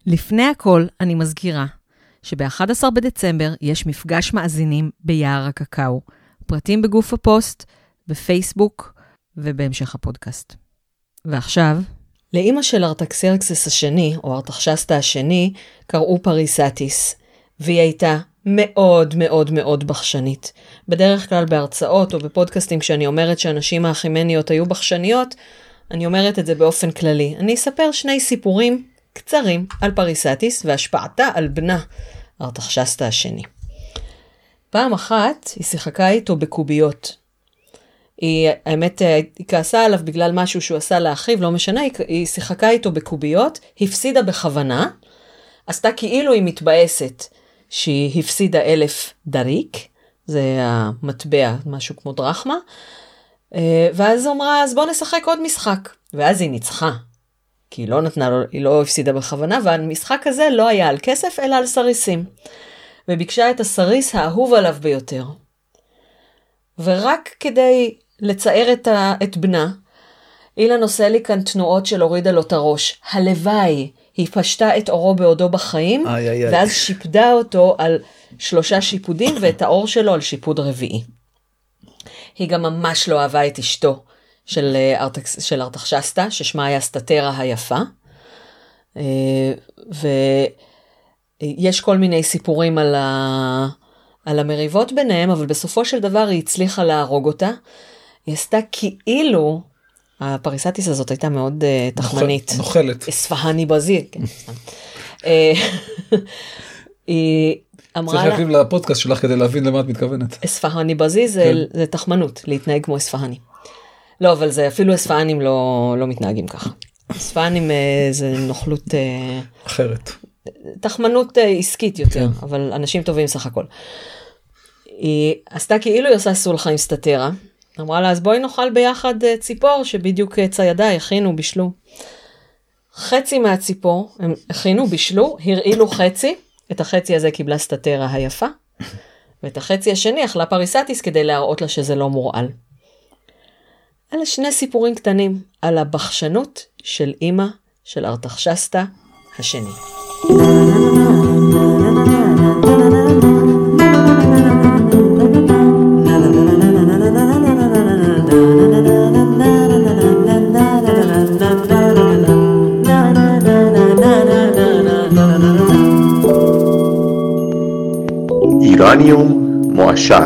לפני הכל, אני מזכירה שב-11 בדצמבר יש מפגש מאזינים ביער הקקאו. פרטים בגוף הפוסט, בפייסבוק ובהמשך הפודקאסט. ועכשיו, לאמא של ארטקסרקסס השני, או ארטחשסטה השני, קראו פריסטיס, והיא הייתה מאוד מאוד מאוד בחשנית. בדרך כלל בהרצאות או בפודקאסטים, כשאני אומרת שאנשים האחימניות היו בחשניות, אני אומרת את זה באופן כללי. אני אספר שני סיפורים קצרים על פריסטיס והשפעתה על בנה, ארטחשסטה השני. פעם אחת היא שיחקה איתו בקוביות. האמת, היא כעסה עליו בגלל משהו שהוא עשה לאחיו, לא משנה, היא שיחקה איתו בקוביות, הפסידה בכוונה, עשתה כאילו היא מתבאסת שהיא הפסידה 1,000 דריק, זה המטבע, משהו כמו דרחמה, ואז אמרה, אז בוא נשחק עוד משחק. ואז היא ניצחה, כי היא לא נתנה לו, היא לא הפסידה בכוונה, והמשחק הזה לא היה על כסף, אלא על סריסים. וביקשה את הסריס האהוב עליו ביותר. ורק כדי לצייר את בנה, אילן עושה לי כאן תנועות של הורידה לו את הראש. הלוואי, היא פשטה את אורו בעודו בחיים, ואז שיפדה אותו על 3 שיפודים, ואת האור שלו על שיפוד רביעי. היא גם ממש לא אהבה את אשתו של ארטחשסטה, ששמה היה סטטרה היפה. ויש כל מיני סיפורים על המריבות ביניהם, אבל בסופו של דבר היא הצליחה להרוג אותה. היא עשתה כאילו, הפריסטיס הזאת הייתה מאוד תחמנית. נוחלת. אספהני בזיר. היא אמרה לה... צריך להקליב לפודקאסט שלך כדי להבין למה את מתכוונת. אספהני בזיר זה תחמנות, להתנהג כמו אספהני. לא, אבל זה אפילו אספהנים לא מתנהגים ככה. אספהנים זה נוחלות... אחרת. תחמנות עסקית יותר, אבל אנשים טובים סך הכל. היא עשתה כאילו היא עושה סולחה עם סטטרה, אמרה לה, אז בואי נאכל ביחד ציפור, שבדיוק ציידה, הכינו, בישלו. חצי מהציפור, הם הכינו, בישלו, הרעילו חצי, את החצי הזה קיבלה סטטרה היפה, ואת החצי השני אכלה פריסטיס כדי להראות לה שזה לא מורעל. אלה 2 סיפורים קטנים על הבחשנות של אמא של ארטחשסטה השני. איראניום מועשר,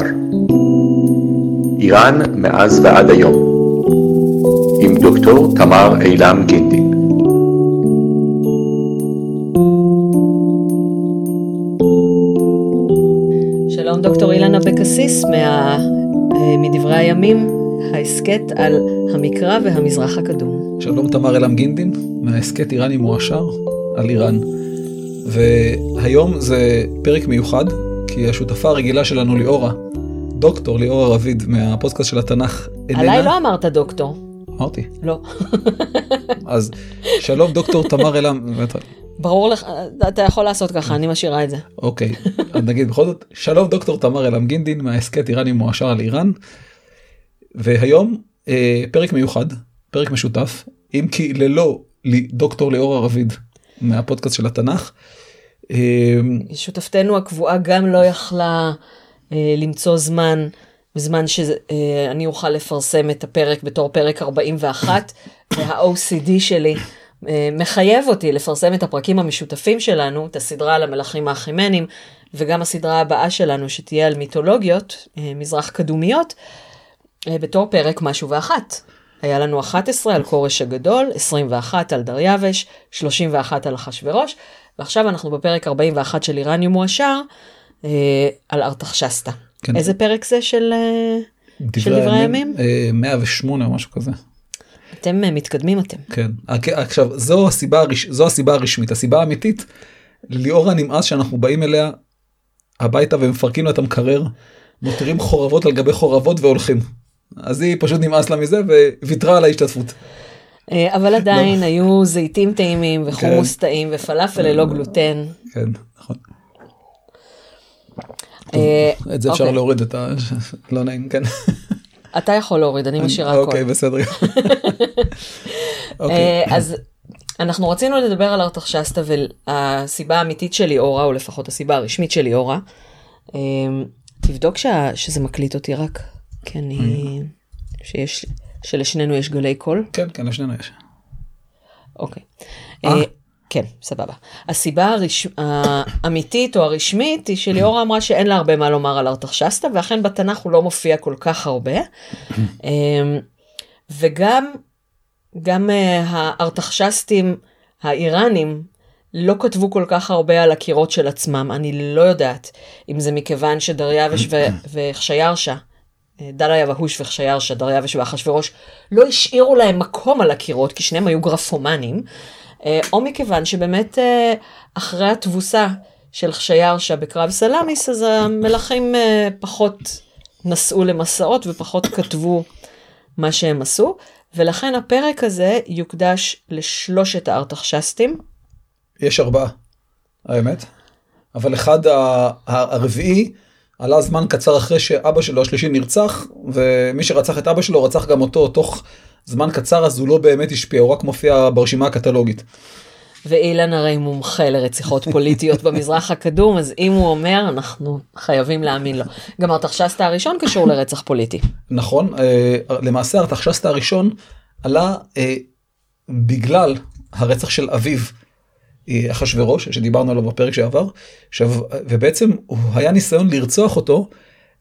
איראן מאז ועד היום, עם דוקטור תמר אילם גינדין. שלום דוקטור אילן אבקסיס מדברי הימים, ההסקט על המקרא והמזרח הקדום. שלום תמר אילם גינדין, מההסקט איראני מועשר על איראן. והיום זה פרק מיוחד, כי השותפה הרגילה שלנו ליאורה, דוקטור ליאורה רביד מהפודקאסט של התנ"ך. עליי לא אמרת דוקטור. אמרתי. לא. אז שלום דוקטור תמר אילם. ברור לך, אתה יכול לעשות ככה, אני משאירה את זה. אוקיי, אז נגיד בכל זאת, שלום דוקטור תמר אילם גינדין מההסקט איראני מועשר על איראן. והיום פרק מיוחד, פרק משותף, אם כי ללא דוקטור ליאורה רביד מהפודקאסט של התנ"ך. שותפתנו הקבועה גם לא יכלה למצוא בזמן שאני אוכל לפרסם את הפרק בתור פרק 41, וה-OCD שלי מחייב אותי לפרסם את הפרקים המשותפים שלנו, את הסדרה על המלכים האחימנים, וגם הסדרה הבאה שלנו שתהיה על מיתולוגיות, מזרח קדומיות, בתור פרק משהו ואחת. היה לנו 11 על קורש הגדול, 21 על דריווש, 31 על אחשוורוש, ועכשיו אנחנו בפרק 41 של איראניום מועשר, על ארטחשסטה. כן. איזה פרק זה של דברי הימים? 108 או משהו כזה. אתם מתקדמים אתם. כן. עכשיו, זו הסיבה הרשמית. הסיבה האמיתית, ליאורה נמאס שאנחנו באים אליה הביתה ומפרקים לה את המקרר, מותרים חורבות על גבי חורבות והולכים. אז היא פשוט נמאס לה מזה וויתרה על ההשתתפות. אבל עדיין היו זיתים טעימים וחומוס טעים ופלאפל ללא גלוטן. כן, נכון. את זה אפשר להוריד את לא נעים, כן. אתה יכול להוריד, אני משאירה הכל. אוקיי, בסדר. אז אנחנו רצינו לדבר על ארתחשסתא והסיבה האמיתית של ליאורה, או לפחות הסיבה הרשמית של ליאורה. תבדוק שזה מקליט אותי רק, כי שלשנינו יש גלי קול. כן, כן, לשנינו יש. אוקיי. כן, סבבה. הסיבה האמיתית או הרשמית היא שליאורה אמרה שאין לה הרבה מה לומר על ארתחשסתא, ואכן בתנ"ך הוא לא מופיע כל כך הרבה. וגם הארתחשסטים האיראנים לא כתבו כל כך הרבה על הקירות של עצמם. אני לא יודעת אם זה מכיוון שדריווש וחשיירשה, דליה והוש וחשיירשה, דריווש ואחשוורוש, לא השאירו להם מקום על הקירות, כי שניהם היו גרפומנים, או מכיוון שבאמת אחרי התבוסה של חשיירשה בקרב סלאמיס, אז המלכים פחות נסעו למסעות ופחות כתבו מה שהם עשו, ולכן הפרק הזה יוקדש לשלושת הארתחשסטים. יש 4, האמת. אבל אחד הרביעי עלה זמן קצר אחרי שאבא שלו השלישי נרצח, ומי שרצח את אבא שלו רצח גם אותו תוך זמן קצר, אז הוא לא באמת השפיע, הוא רק מופיע ברשימה הקטלוגית. ואילן הרי מומחה לרציחות פוליטיות במזרח הקדום, אז אם הוא אומר, אנחנו חייבים להאמין לו. גם ארתחשסתא הראשון קשור לרצח פוליטי. נכון, למעשה ארתחשסתא הראשון עלה בגלל הרצח של אביו, אחשוורוש, שדיברנו עליו בפרק שעבר, ובעצם הוא היה ניסיון לרצוח אותו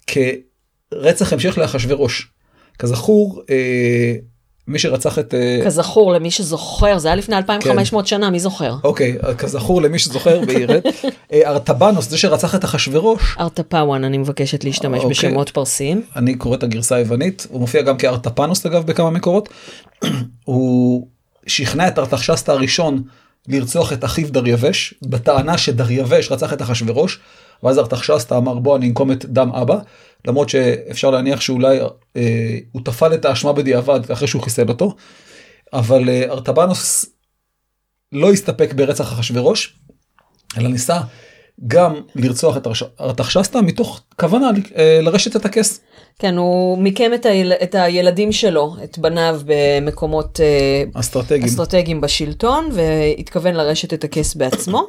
כרצח המשך לאחשוורוש. כזכור, מי שרצח את... כזכור למי שזוכר, זה היה לפני 2500 שנה, מי זוכר? אוקיי, כזכור למי שזוכר בעירת. ארטבנוס, זה שרצח את אחשוורוש. ארטפאוואן, אני מבקשת להשתמש בשמות פרסיים. אני קורא את הגרסה היוונית, הוא מופיע גם כארטפנוס אגב בכמה מקורות. הוא שכנע את ארתחשסתא הראשון לרצוח את אחיו דריווש, בטענה שדריווש רצח את אחשוורוש, ואז ארתחשסתא אמר בוא אני אנקום את דם אבא, למרות שאפשר להניח שאולי הוא תפל את האשמה בדיעבד אחרי שהוא חיסל אותו, אבל ארטבנוס לא הסתפק ברצח אחשוורוש, אלא ניסה גם לרצוח את ארתחשסתא מתוך כוונה לרשת את הכס. כן, הוא מיקם את הילדים שלו, את בניו במקומות אסטרטגיים בשלטון, והתכוון לרשת את הכס בעצמו.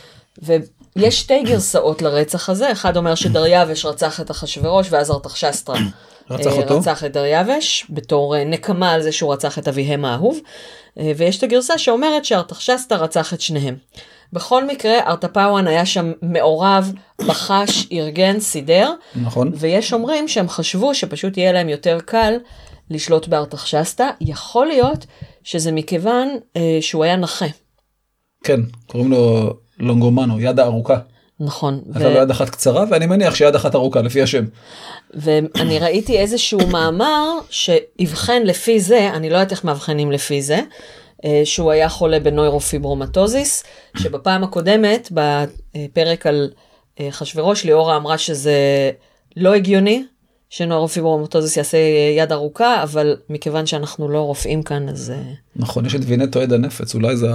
ויש 2 גרסאות לרצח הזה, אחד אומר שדריווש רצח את אחשוורוש, ואז ארתחשסתא רצח את דריווש, בתור נקמה על זה שהוא רצח את אביהם האהוב, ויש את הגרסה שאומרת שארתחשסתא רצח את שניהם. בכל מקרה, ארטפאוואן היה שם מעורב, בחש, ארגן, סידר, נכון. ויש אומרים שהם חשבו שפשוט יהיה להם יותר קל לשלוט בארתחשסתא, יכול להיות שזה מכיוון שהוא היה נכה. כן, קוראים לו לונגומנו, יד הארוכה. נכון. הייתה לו יד אחת קצרה, ואני מניח שיד אחת ארוכה, לפי השם. ואני ראיתי איזשהו מאמר שהבחן לפי זה, אני לא יודעת איך מאבחנים לפי זה, שהוא היה חולה בנוירופיברומטוזיס, שבפעם הקודמת, בפרק על אחשוורוש, ליאורה אמרה שזה לא הגיוני, שנוירופיברומטוזיס יעשה יד ארוכה, אבל מכיוון שאנחנו לא רופאים כאן, אז... נכון, יש את וינטו עד הנפץ, אולי זה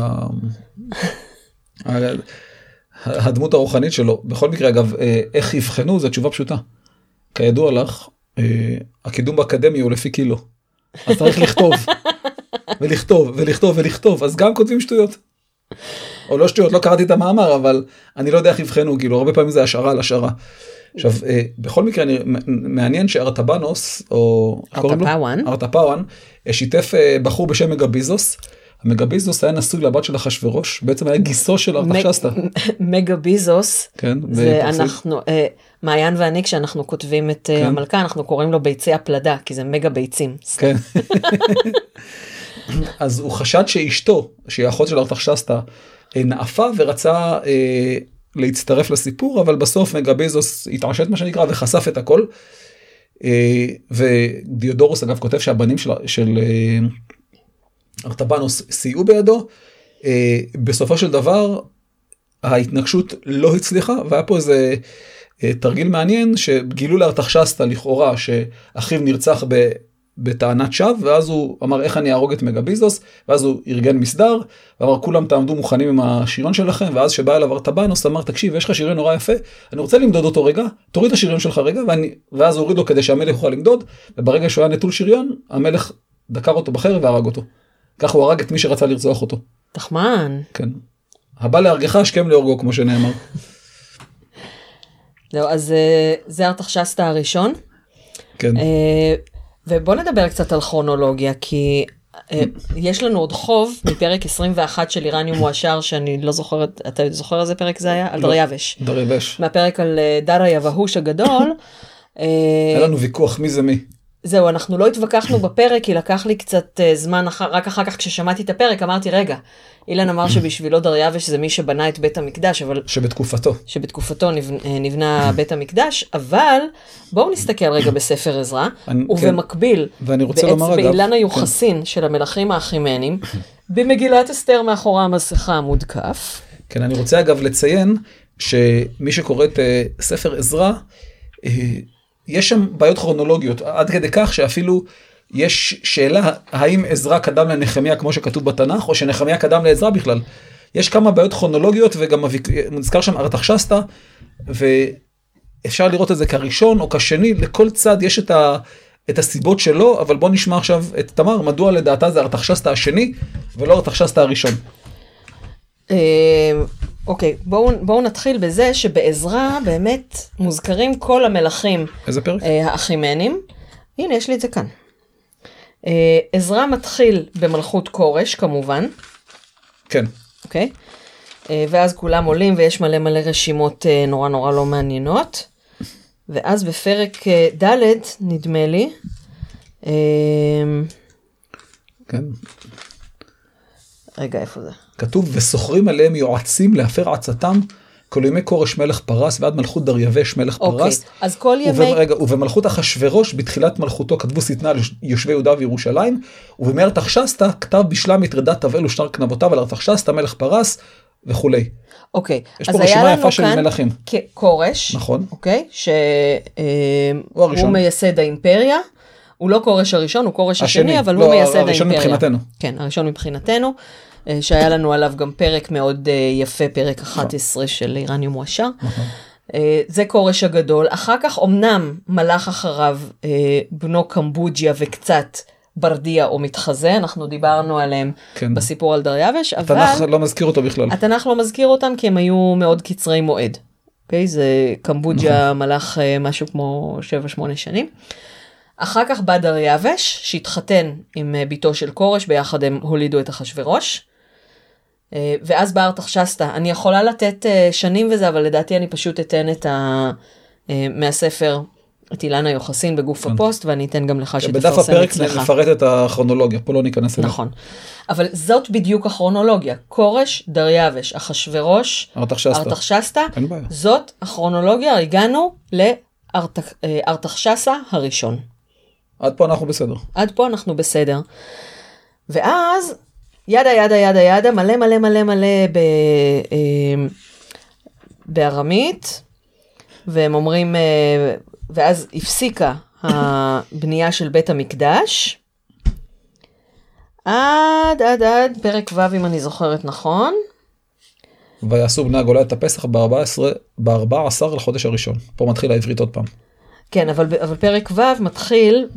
הדמות הרוחנית שלו. בכל מקרה, אגב, איך יבחנו, זו תשובה פשוטה. כידוע לך, הקידום באקדמי הוא לפי קילו. אז צריך לכתוב. ולכתוב, ולכתוב, ולכתוב, אז גם כותבים שטויות. או לא שטויות, לא קראתי את המאמר, אבל אני לא יודע איך יבחנו, כאילו, הרבה פעמים זה השערה על השערה. עכשיו, בכל מקרה, מעניין שארטבנוס, או... ארטפאוואן, שיתף בחור בשם מגביזוס. המגביזוס היה נשוי לבת של אחשוורוש, בעצם היה גיסו של ארתחשסתא. מגביזוס, כן, זה אנחנו, מעיין ואני, כשאנחנו כותבים את המלכה, אנחנו קוראים לו ביצי הפלדה, כי זה מגה ביצים. כן. אז הוא חשד שאשתו, שהיא האחות של ארתחשסתא, נאפה ורצה להצטרף לסיפור, אבל בסוף מגביזוס התעשת מה שנקרא וחשף את הכל. ודיודורוס אגב כותב שהבנים של ארטבנוס סייעו בידו. בסופו של דבר ההתנגשות לא הצליחה, והיה פה איזה תרגיל מעניין שגילו לארתחשסתא לכאורה שאחיו נרצח בטענת שווא, ואז הוא אמר איך אני אהרוג את מגביזוס, ואז הוא ארגן מסדר, ואמר כולם תעמדו מוכנים עם השריון שלכם, ואז שבא אליו ארטבנוס אמר תקשיב יש לך שריון נורא יפה, אני רוצה למדוד אותו רגע, תוריד את השריון שלך רגע, ואז הוא הוריד לו כדי שהמלך יוכל למדוד, וברגע שהוא היה נטול שריון, המלך דקר אותו בחרב והרג אותו. כך הוא הרג את מי שרצה לרצוח אותו. תחמן. כן. הבא להרגך השכם להורגו, כמו שנאמר. זהו, אז זה ארתחשסטה הראשון. כן. ובוא נדבר קצת על כרונולוגיה, כי יש לנו עוד חוב מפרק 21 של איראניום מועשר, שאני לא זוכרת, אתה זוכר איזה פרק זה היה? על דריווש. דריווש. מהפרק על דריה והוש הגדול. היה לנו ויכוח מי זה מי. זהו, אנחנו לא התווכחנו בפרק, כי לקח לי קצת זמן, רק אחר כך כששמעתי את הפרק, אמרתי, רגע, אילן אמר שבשבילו דריווש זה מי שבנה את בית המקדש, אבל... שבתקופתו נבנה בית המקדש, אבל בואו נסתכל רגע בספר עזרא, ובמקביל, באילן היוחסין של המלכים האחימנים, במגילת אסתר מאחורי המסכה המודקף. כן, אני רוצה אגב לציין, שמי שקורא את ספר עזרא, יש שם בעיות כרונולוגיות, עד כדי כך שאפילו יש שאלה, האם עזרא קדם לנחמיה כמו שכתוב בתנ"ך, או שנחמיה קדם לעזרא בכלל. יש כמה בעיות כרונולוגיות, וגם מוזכר שם ארתחשסטה, ואפשר לראות את זה כראשון או כשני, לכל צד יש את הסיבות שלו, אבל בוא נשמע עכשיו את תמר, מדוע לדעתה זה ארתחשסטה השני, ולא ארתחשסטה הראשון. אוקיי, בואו נתחיל בזה שבעזרא באמת מוזכרים כל המלכים האחימנים. הנה, יש לי את זה כאן. עזרא מתחיל במלכות כורש, כמובן. כן. אוקיי. ואז כולם עולים ויש מלא מלא רשימות נורא נורא לא מעניינות. ואז בפרק ד' נדמה לי. כן. רגע, איפה זה? כתוב, וסוחרים עליהם יועצים להפר עצתם, כל ימי כורש מלך פרס, ועד מלכות דריווש מלך פרס. אז כל ימי... ובמלכות אחשוורוש, בתחילת מלכותו, כתבו שטנה על יושבי יהודה וירושלים, ובימי ארתחשסטה, כתב בשלם מטרדת תבל ושאר כנבותיו על ארתחשסטה מלך פרס, וכולי. אוקיי. יש פה רשימה יפה של מלכים. כורש. נכון. אוקיי. שהוא מייסד האימפריה. הוא לא כורש הראשון, הוא כורש השני, אבל הוא מייסד האימפריה. הראשון מבחינתנו. כן, הראשון מבחינתנו. שהיה לנו עליו גם פרק מאוד יפה, פרק 11 של איראניום מועשר. זה כורש הגדול. אחר כך אומנם מלך אחריו בנו קמבוג'יה וקצת ברדיה או מתחזה, אנחנו דיברנו עליהם בסיפור על דריווש, אבל... התנ"ך לא מזכיר אותו בכלל. התנ"ך לא מזכיר אותם כי הם היו מאוד קצרי מועד. אוקיי? זה קמבוג'יה מלך משהו כמו 7-8 שנים. אחר כך בא דריווש, שהתחתן עם ביתו של כורש, ביחד הם הולידו את אחשוורוש. ואז בא ארתחשסטה. אני יכולה לתת שנים וזה, אבל לדעתי אני פשוט אתן מהספר, את אילן היוחסין בגוף הפוסט, ואני אתן גם לך שתפרסם אצלך. בדף הפרק נפרט את הכרונולוגיה, פה לא ניכנס אליה. נכון. אבל זאת בדיוק הכרונולוגיה. כורש, דריווש, אחשוורוש, ארתחשסטה. זאת הכרונולוגיה, הגענו לארתחשסטה הראשון. עד פה אנחנו בסדר. עד פה אנחנו בסדר. ואז, ידה, מלא מלא מלא מלא בארמית, והם אומרים, ואז הפסיקה הבנייה של בית המקדש, עד פרק ו' אם אני זוכרת נכון. ויעשו בני הגולה את הפסח ב-14 לחודש הראשון. פה מתחיל העברית עוד פעם. כן, אבל פרק ו' מתחיל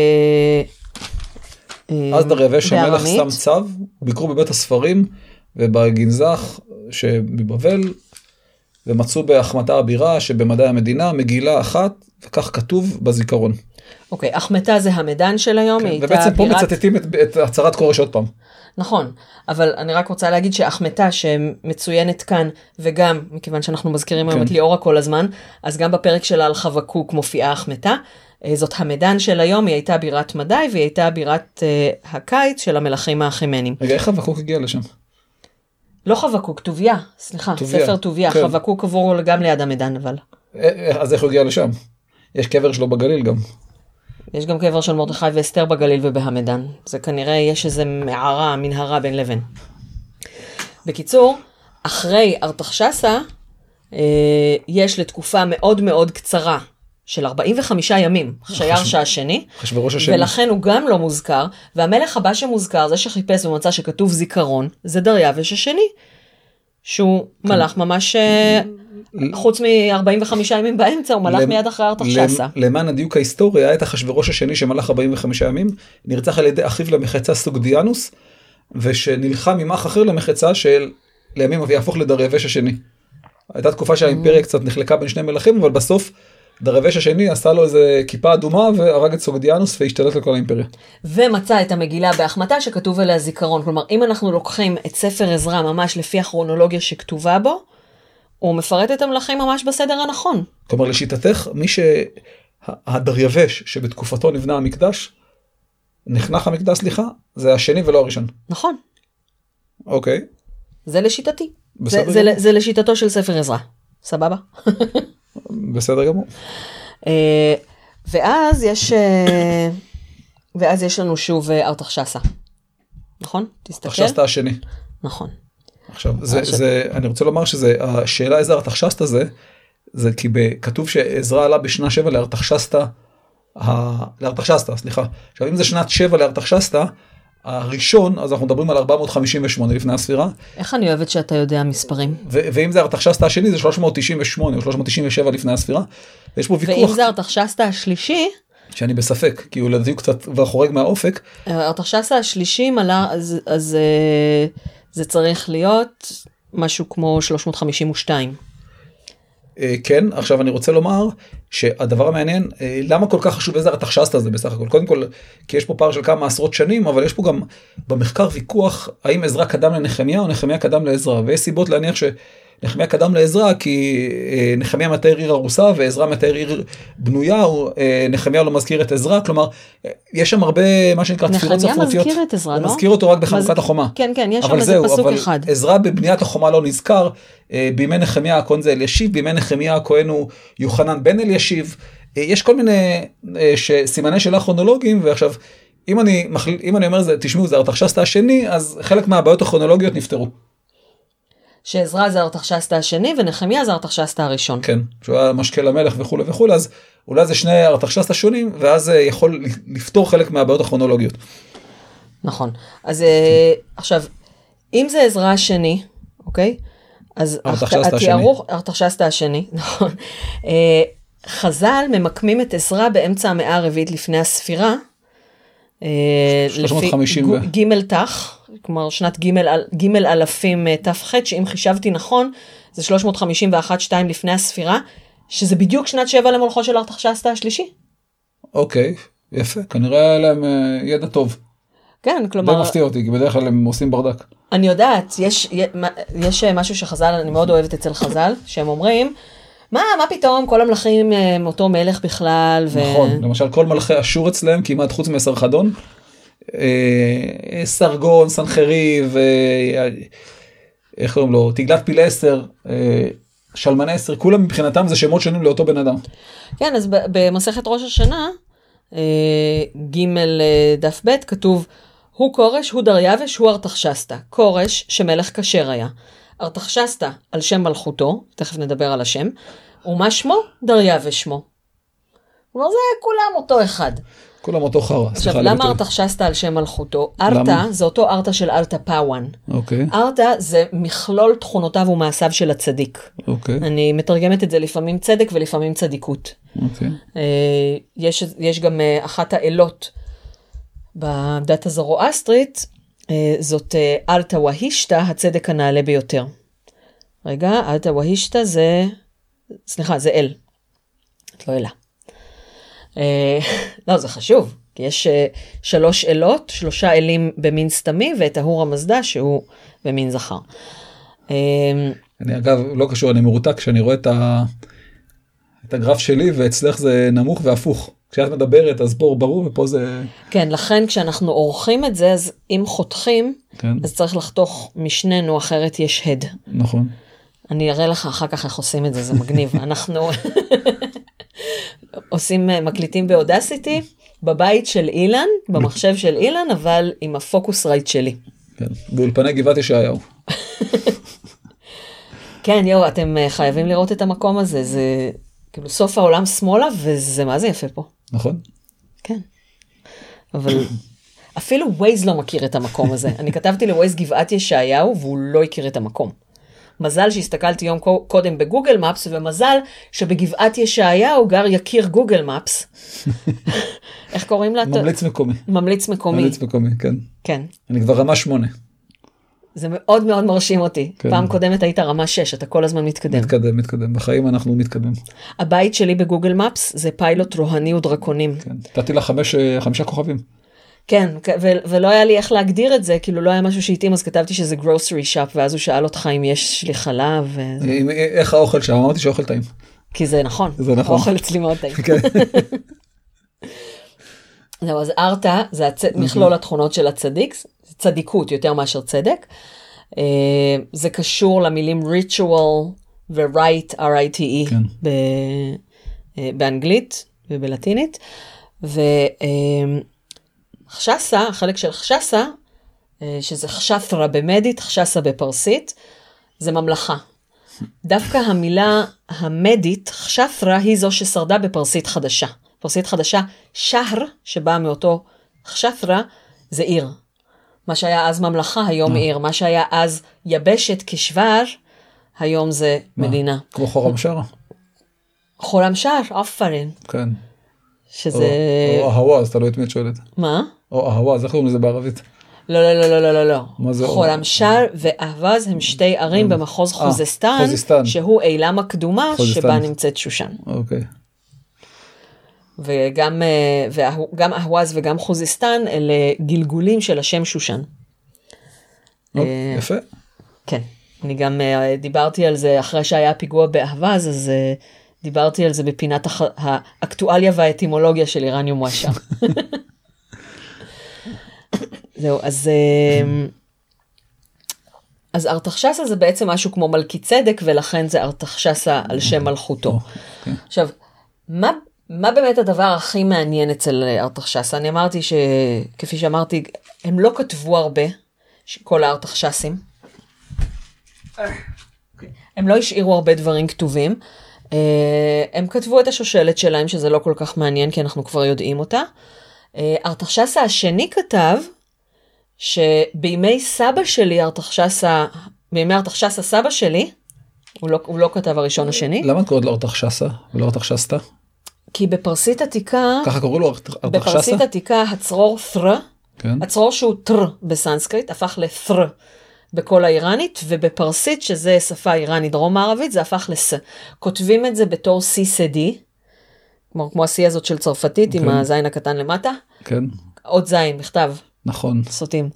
אז דריווש המלך שם צו, וביקרו בבית הספרים ובגנזך שבבבל, ומצאו בהחמתה הבירה שבמדעי המדינה מגילה אחת, וכך כתוב בזיכרון. אוקיי, החמתה זה המדן של היום, כן, ובעצם פה מצטטים את הצהרת כורש עוד פעם. נכון, אבל אני רק רוצה להגיד שהחמתה שמצוינת כאן, וגם מכיוון שאנחנו מזכירים היום את ליאורה כל הזמן, אז גם בפרק שלה על חבקוק מופיעה החמתה, זאת המדן של היום, היא הייתה בירת מדי, והיא הייתה בירת הקיץ של המלכים האחימנים. רגע, איך חבקוק הגיע לשם? לא חבקוק, טוביה, סליחה, ספר טוביה, כן. חבקוק עבור גם ליד המדן, אבל. אז איך הוא הגיע לשם? יש קבר שלו בגליל גם. יש גם קבר של מרדכי ואסתר בגליל ובהמדן. זה כנראה יש איזה מערה, מנהרה בין לבין. בקיצור, אחרי ארתחשסטה, יש לתקופה מאוד מאוד קצרה, של 45 ימים, חשיירש השני, ולכן הוא גם לא מוזכר, והמלך הבא שמוזכר, זה שחיפש ומצא שכתוב זיכרון, זה דריווש השני, שהוא מלך ממש, חוץ מ-45 ימים באמצע, הוא מלך מיד אחרי ארתחשסטה. למען הדיוק ההיסטורי, היה את אחשוורוש השני שמלך 45 ימים, נרצח על ידי אחיו למחצה סוגדיאנוס, ושנלחם עם אח אחר למחצה של לימים יהפוך לדריווש השני. הייתה תקופה שהאימפריה קצת נחלקה בין שני מלכים, אבל בסוף דריווש השני עשה לו איזה כיפה אדומה והרג את סוגדיאנוס והשתלט לכל האימפריה. ומצא את המגילה בהחמתה שכתוב עליה זיכרון. כלומר, אם אנחנו לוקחים את ספר עזרא ממש לפי הכרונולוגיה שכתובה בו, הוא מפרט את המלכים ממש בסדר הנכון. כלומר, לשיטתך, מי שהדריווש שבתקופתו נבנה המקדש, נחנך המקדש, סליחה, זה השני ולא הראשון. נכון. אוקיי. זה לשיטתי. בסדר. זה לשיטתו של ספר עזרא. סבבה? בסדר גמור. ואז יש לנו שוב ארתחשסדה. נכון? תסתכל. ארתחשסדה השני. נכון. עכשיו, אני רוצה לומר השאלה איזה ארתחשסדה זה כי כתוב שעזרא עלה בשנה 7 לארתחשסדה, סליחה. עכשיו, אם זה שנת 7 לארתחשסדה, הראשון, אז אנחנו מדברים על 458 לפני הספירה. איך אני אוהבת שאתה יודע מספרים? ואם זה ארתחשסדה השני, זה 398 או 397 לפני הספירה. ויש פה ויכוח. ואם זה ארתחשסדה השלישי, שאני בספק, כי הוא לדעתי קצת חורג מהאופק. ארתחשסדה השלישי מלא, אז זה צריך להיות משהו כמו 352. כן, עכשיו אני רוצה לומר שהדבר המעניין, למה כל כך חשוב איזה ארתחשסדה זה בסך הכל? קודם כל, כי יש פה פער של כמה עשרות שנים, אבל יש פה גם במחקר ויכוח, האם עזרא קדם לנחמיה או נחמיה קדם לעזרא, ויש סיבות להניח שנחמיה קדם לעזרא, כי נחמיה מתאר עיר הרוסה, ועזרא מתאר עיר בנויה, נחמיה לא מזכיר את עזרא, כלומר, יש שם הרבה, מה שנקרא, תפירות ספרותיות. נחמיה מזכיר את עזרא, לא? הוא מזכיר אותו רק בחנוכת החומה. כן, כן, יש שם איזה פסוק אחד. אבל עזרא בבניית החומה לא נזכר, בימי נחמיה הכהן זה אלישיב, בימי נחמיה הכהן הוא יוחנן בן אלישיב, יש כל מיני סימני שאלה כרונולוגיים, ועכשיו, אם אני אומר, תשמעו, זה ארתחשסדה השני, אז חלק מהבעיות הכרונולוגיות נפתרו. שעזרא זה ארתחשסדה השני, ונחמיה זה ארתחשסדה הראשון. כן, שהוא היה משקה למלך וכו' וכו', אז אולי זה שני ארתחשסדה שונים, ואז זה יכול לפתור חלק מהבעיות הכרונולוגיות. נכון. אז עכשיו, אם זה עזרא השני, אוקיי? אז ארתחשסדה השני, נכון. חז"ל ממקמים את עזרא באמצע המאה הרביעית לפני הספירה, 350 לפי ג' תח, כלומר שנת ג' אלפים תח, שאם חישבתי נכון, זה 351-2 לפני הספירה, שזה בדיוק שנת 7 למולכו של ארתחשסדה השלישי. אוקיי, יפה, כנראה היה להם ידע טוב. כן, כלומר... די מפתיע אותי, כי בדרך כלל הם עושים ברדק. אני יודעת, יש משהו שחז"ל, אני מאוד אוהבת אצל חז"ל, שהם אומרים, מה פתאום כל המלכים מאותו מלך בכלל? נכון, למשל כל מלכי אשור אצלם, כמעט חוץ מסרחדון, סרגון, סנחריב, איך קוראים לו, תגלת פיל 10, שלמן 10, כולם מבחינתם זה שמות שונים לאותו בן אדם. כן, אז במסכת ראש השנה, ג' דף ב' כתוב, הוא קורש, הוא דריווש, הוא ארתחשסדה. קורש שמלך כשר היה. ארתחשסדה על שם מלכותו, תכף נדבר על השם, ומה שמו? דריווש שמו. כלומר, זה כולם אותו אחד. כולם אותו חרא. עכשיו, למה ארתחשסדה על שם מלכותו? ארתא זה אותו ארתא של אלתא פאוואן. אוקיי. ארתא זה מכלול תכונותיו ומעשיו של הצדיק. אוקיי. אני מתרגמת את זה לפעמים צדק ולפעמים צדיקות. אוקיי. יש גם אחת האלות בדת הזרואסטרית, זאת אלתא והישתא, הצדק הנעלה ביותר. רגע, אלתא והישתא זה, סליחה, זה אל. את לא אלה. לא, זה חשוב, כי יש 3 אלות, 3 אלים במין סתמי, ואת ההור המזדה שהוא במין זכר. אני אגב, לא קשור, אני מרותק כשאני רואה את הגרף שלי, ואצלך זה נמוך והפוך. כשאת מדברת, אז ברור, ופה זה... כן, לכן כשאנחנו עורכים את זה, אז אם חותכים, כן. אז צריך לחתוך משנינו, אחרת יש הד. נכון. אני אראה לך אחר כך איך עושים את זה, זה מגניב. אנחנו מקליטים באודסיטי, בבית של אילן, במחשב של אילן, אבל עם הפוקוס רייט שלי. כן, באולפני גבעת ישעיהו. כן, יו, אתם חייבים לראות את המקום הזה, זה כאילו סוף העולם שמאלה, וזה מה זה יפה פה. נכון. כן. אבל אפילו ווייז לא מכיר את המקום הזה. אני כתבתי לווייז גבעת ישעיהו, והוא לא הכיר את המקום. מזל שהסתכלתי יום קודם בגוגל מפס, ומזל שבגבעת ישעיהו גר יקיר גוגל מפס. איך קוראים לה? ממליץ מקומי. ממליץ מקומי. ממליץ מקומי, כן. כן. אני כבר רמה 8. זה מאוד מאוד מרשים אותי. כן. פעם קודמת היית רמה 6, אתה כל הזמן מתקדם. מתקדם. בחיים אנחנו מתקדם. הבית שלי בגוגל מפס זה פיילוט רוהני ודרקונים. כן. נתתי לה 5 כוכבים. כן, ולא היה לי איך להגדיר את זה, כאילו לא היה משהו שהתאים, אז כתבתי שזה גרוסרי שופ, ואז הוא שאל אותך אם יש לי חלב. איך האוכל שם? אמרתי שאוכל טעים. כי זה נכון. זה נכון. האוכל אצלי מאוד טעים. כן. זהו, אז ארתה זה מכלול התכונות של הצדיק, צדיקות יותר מאשר צדק. זה קשור למילים ritual ו-rite, R-I-T-E, באנגלית ובלטינית. חשסה, החלק של חשסה, שזה חשת'רה במדית, חשסה בפרסית, זה ממלכה. דווקא המילה המדית, חשת'רה, היא זו ששרדה בפרסית חדשה. פרסית חדשה, שהר, שבאה מאותו חשת'רה, זה עיר. מה שהיה אז ממלכה, היום עיר. מה שהיה אז יבשת כשוור, היום זה מדינה. כמו חורמשאר? חורמשאר, אפרין. כן. שזה... או אהווז, אתה לא את מי את שואלת. מה? או אהווז, איך קוראים לזה בערבית? לא. מה זה? חורמשאר ואהווז הם שתי ערים במחוז חוזסטן, שהוא אילם הקדומה שבה נמצאת שושן. אוקיי. וגם אהווז וגם חוזסטן אלה גלגולים של השם שושן. יפה. כן, אני גם דיברתי על זה אחרי שהיה פיגוע באהווז, אז דיברתי על זה בפינת האקטואליה והאטימולוגיה של איראניום מואשם. זהו, אז ארתחשסה זה בעצם משהו כמו מלכי צדק, ולכן זה ארתחשסה על שם מלכותו. עכשיו, מה באמת הדבר הכי מעניין אצל ארתחשסה? אני אמרתי כפי שאמרתי, הם לא כתבו הרבה, כל הארתחשסים. הם לא השאירו הרבה דברים כתובים. הם כתבו את השושלת שלהם, שזה לא כל כך מעניין, כי אנחנו כבר יודעים אותה. ארתחשסה השני כתב, שבימי סבא שלי, בימי ארתחשסה סבא שלי, הוא לא כתב הראשון השני. למה קוראים לו ארתחשסה ולא ארתחשסתא? כי בפרסית עתיקה, ככה קראו לו ארתחשסה? בפרסית עתיקה הצרור ת'ר, הצרור שהוא ת'ר בסנסקריט, הפך לת'ר בכל האיראנית, ובפרסית, שזה שפה איראנית דרום מערבית, זה הפך לס. כותבים את זה בתור C-C-D, כמו ה-C הזאת של צרפתית, עם הזין הקטן למטה. כן. עוד זין, בכתב. נכון. סוטים.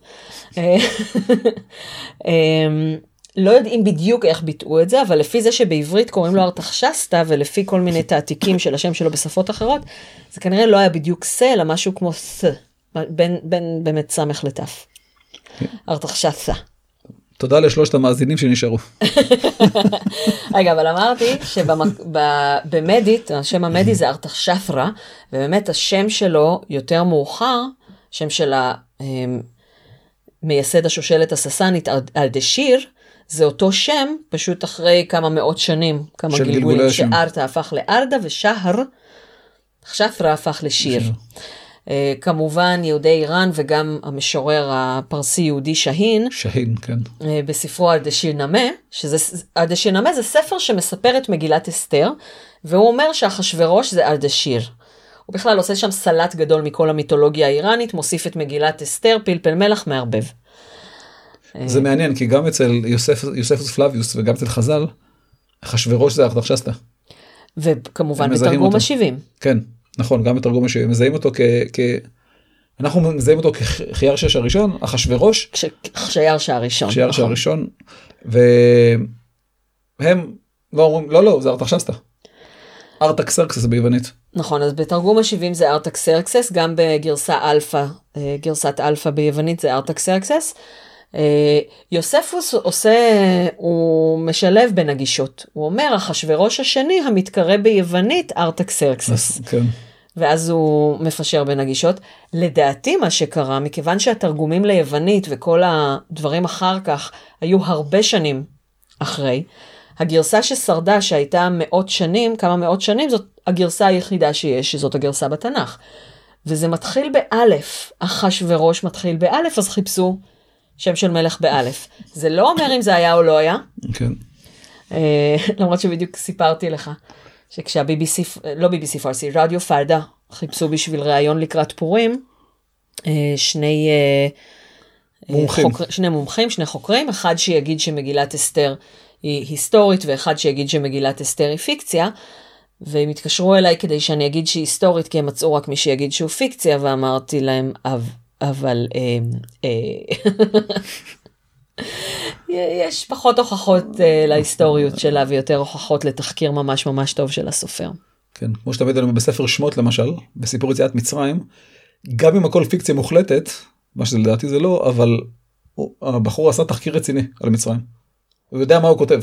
לא יודעים בדיוק איך ביטאו את זה, אבל לפי זה שבעברית קוראים לו ארתחשסתא, ולפי כל מיני תעתיקים של השם שלו בשפות אחרות, זה כנראה לא היה בדיוק ס, אלא משהו כמו ס, בין באמת סמך לטף. ארתחשסתא. תודה לשלושת המאזינים שנשארו. רגע, אבל אמרתי שבמדית, השם המדי זה ארתחשת'רה, ובאמת השם שלו יותר מאוחר, שם של מייסד השושלת הססנית, ארדשיר, זה אותו שם, פשוט אחרי כמה מאות שנים, כמה גלגולים, שארתה הפך לארדה, ושהר, שת'רה הפך לשיר. כמובן יהודי איראן וגם המשורר הפרסי יהודי שהין, כן. בספרו ארדשיר נמה, ארדשיר נמה זה ספר שמספר את מגילת אסתר, והוא אומר שאחשוורוש זה ארדשיר. הוא בכלל עושה שם סלט גדול מכל המיתולוגיה האיראנית, מוסיף את מגילת אסתר, פלפל מלח, מערבב. זה מעניין, כי גם אצל יוספוס פלביוס וגם אצל חז"ל, אחשוורוש זה ארתחשסתא. וכמובן בתרגום ה-70. כן, נכון, גם בתרגום ה-70. מזהים אותו אנחנו מזהים אותו כחייר שש הראשון, אחשוורוש. חייר שהראשון. חייר שהראשון, והם לא אומרים, לא, זה ארתחשסתא. ארטקסרקסס ביוונית. נכון, אז בתרגום ה-70 זה ארטקסרקסס, גם בגרסה אלפא, גרסת אלפא ביוונית זה ארטקסרקסס. יוספוס הוא משלב בין הגישות. הוא אומר, אחשוורוש השני המתקרא ביוונית ארטקסרקסס. כן. ואז הוא מפשר בין הגישות. לדעתי מה שקרה, מכיוון שהתרגומים ליוונית וכל הדברים אחר כך היו הרבה שנים אחרי, הגרסה ששרדה שהייתה כמה מאות שנים, זאת הגרסה היחידה שיש, שזאת הגרסה בתנ"ך. וזה מתחיל באלף, אחשוורוש מתחיל באלף, אז חיפשו שם של מלך באלף. זה לא אומר אם זה היה או לא היה. כן. למרות שבדיוק סיפרתי לך, שכשה-BBC, לא BBC פרסי, רדיו פרדה, חיפשו בשביל ראיון לקראת פורים, שני מומחים. שני מומחים, שני חוקרים, אחד שיגיד שמגילת אסתר היא היסטורית, ואחד שיגיד שמגילת אסתר היא פיקציה, והם התקשרו אליי כדי שאני אגיד שהיא היסטורית, כי הם מצאו רק מי שיגיד שהוא פיקציה, ואמרתי להם, אבל יש פחות הוכחות להיסטוריות שלה, ויותר הוכחות לתחקיר ממש ממש טוב של הסופר. כן, כמו שתמיד אני בספר שמות למשל, בסיפור יציאת מצרים, גם אם הכל פיקציה מוחלטת, מה שלדעתי זה לא, אבל הבחור עשה תחקיר רציני על מצרים. הוא יודע מה הוא כותב.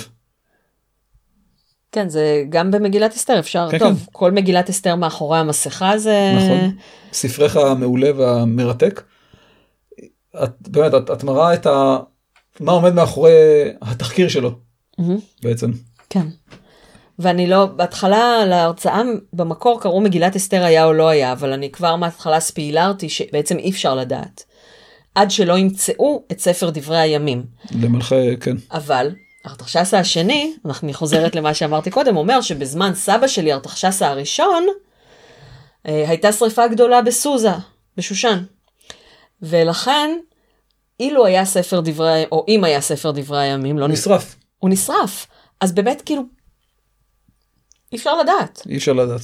כן, זה גם במגילת אסתר אפשר, כן, טוב, כן. כל מגילת אסתר מאחורי המסכה זה... נכון, ספרך המעולה והמרתק. באמת, את מראה את מה עומד מאחורי התחקיר שלו, בעצם. כן. ואני לא, בהתחלה להרצאה במקור קראו מגילת אסתר היה או לא היה, אבל אני כבר מההתחלה ספיילרתי שבעצם אי אפשר לדעת. עד שלא ימצאו את ספר דברי הימים. למלכי, כן. אבל ארתחשסה השני, אני חוזרת למה שאמרתי קודם, אומר שבזמן סבא שלי, ארתחשסה הראשון, הייתה שריפה גדולה בסוזה, בשושן. ולכן, אילו היה ספר דברי, או אם היה ספר דברי הימים, לא נשרף. הוא נשרף. אז באמת כאילו, אי אפשר לדעת. אי אפשר לדעת.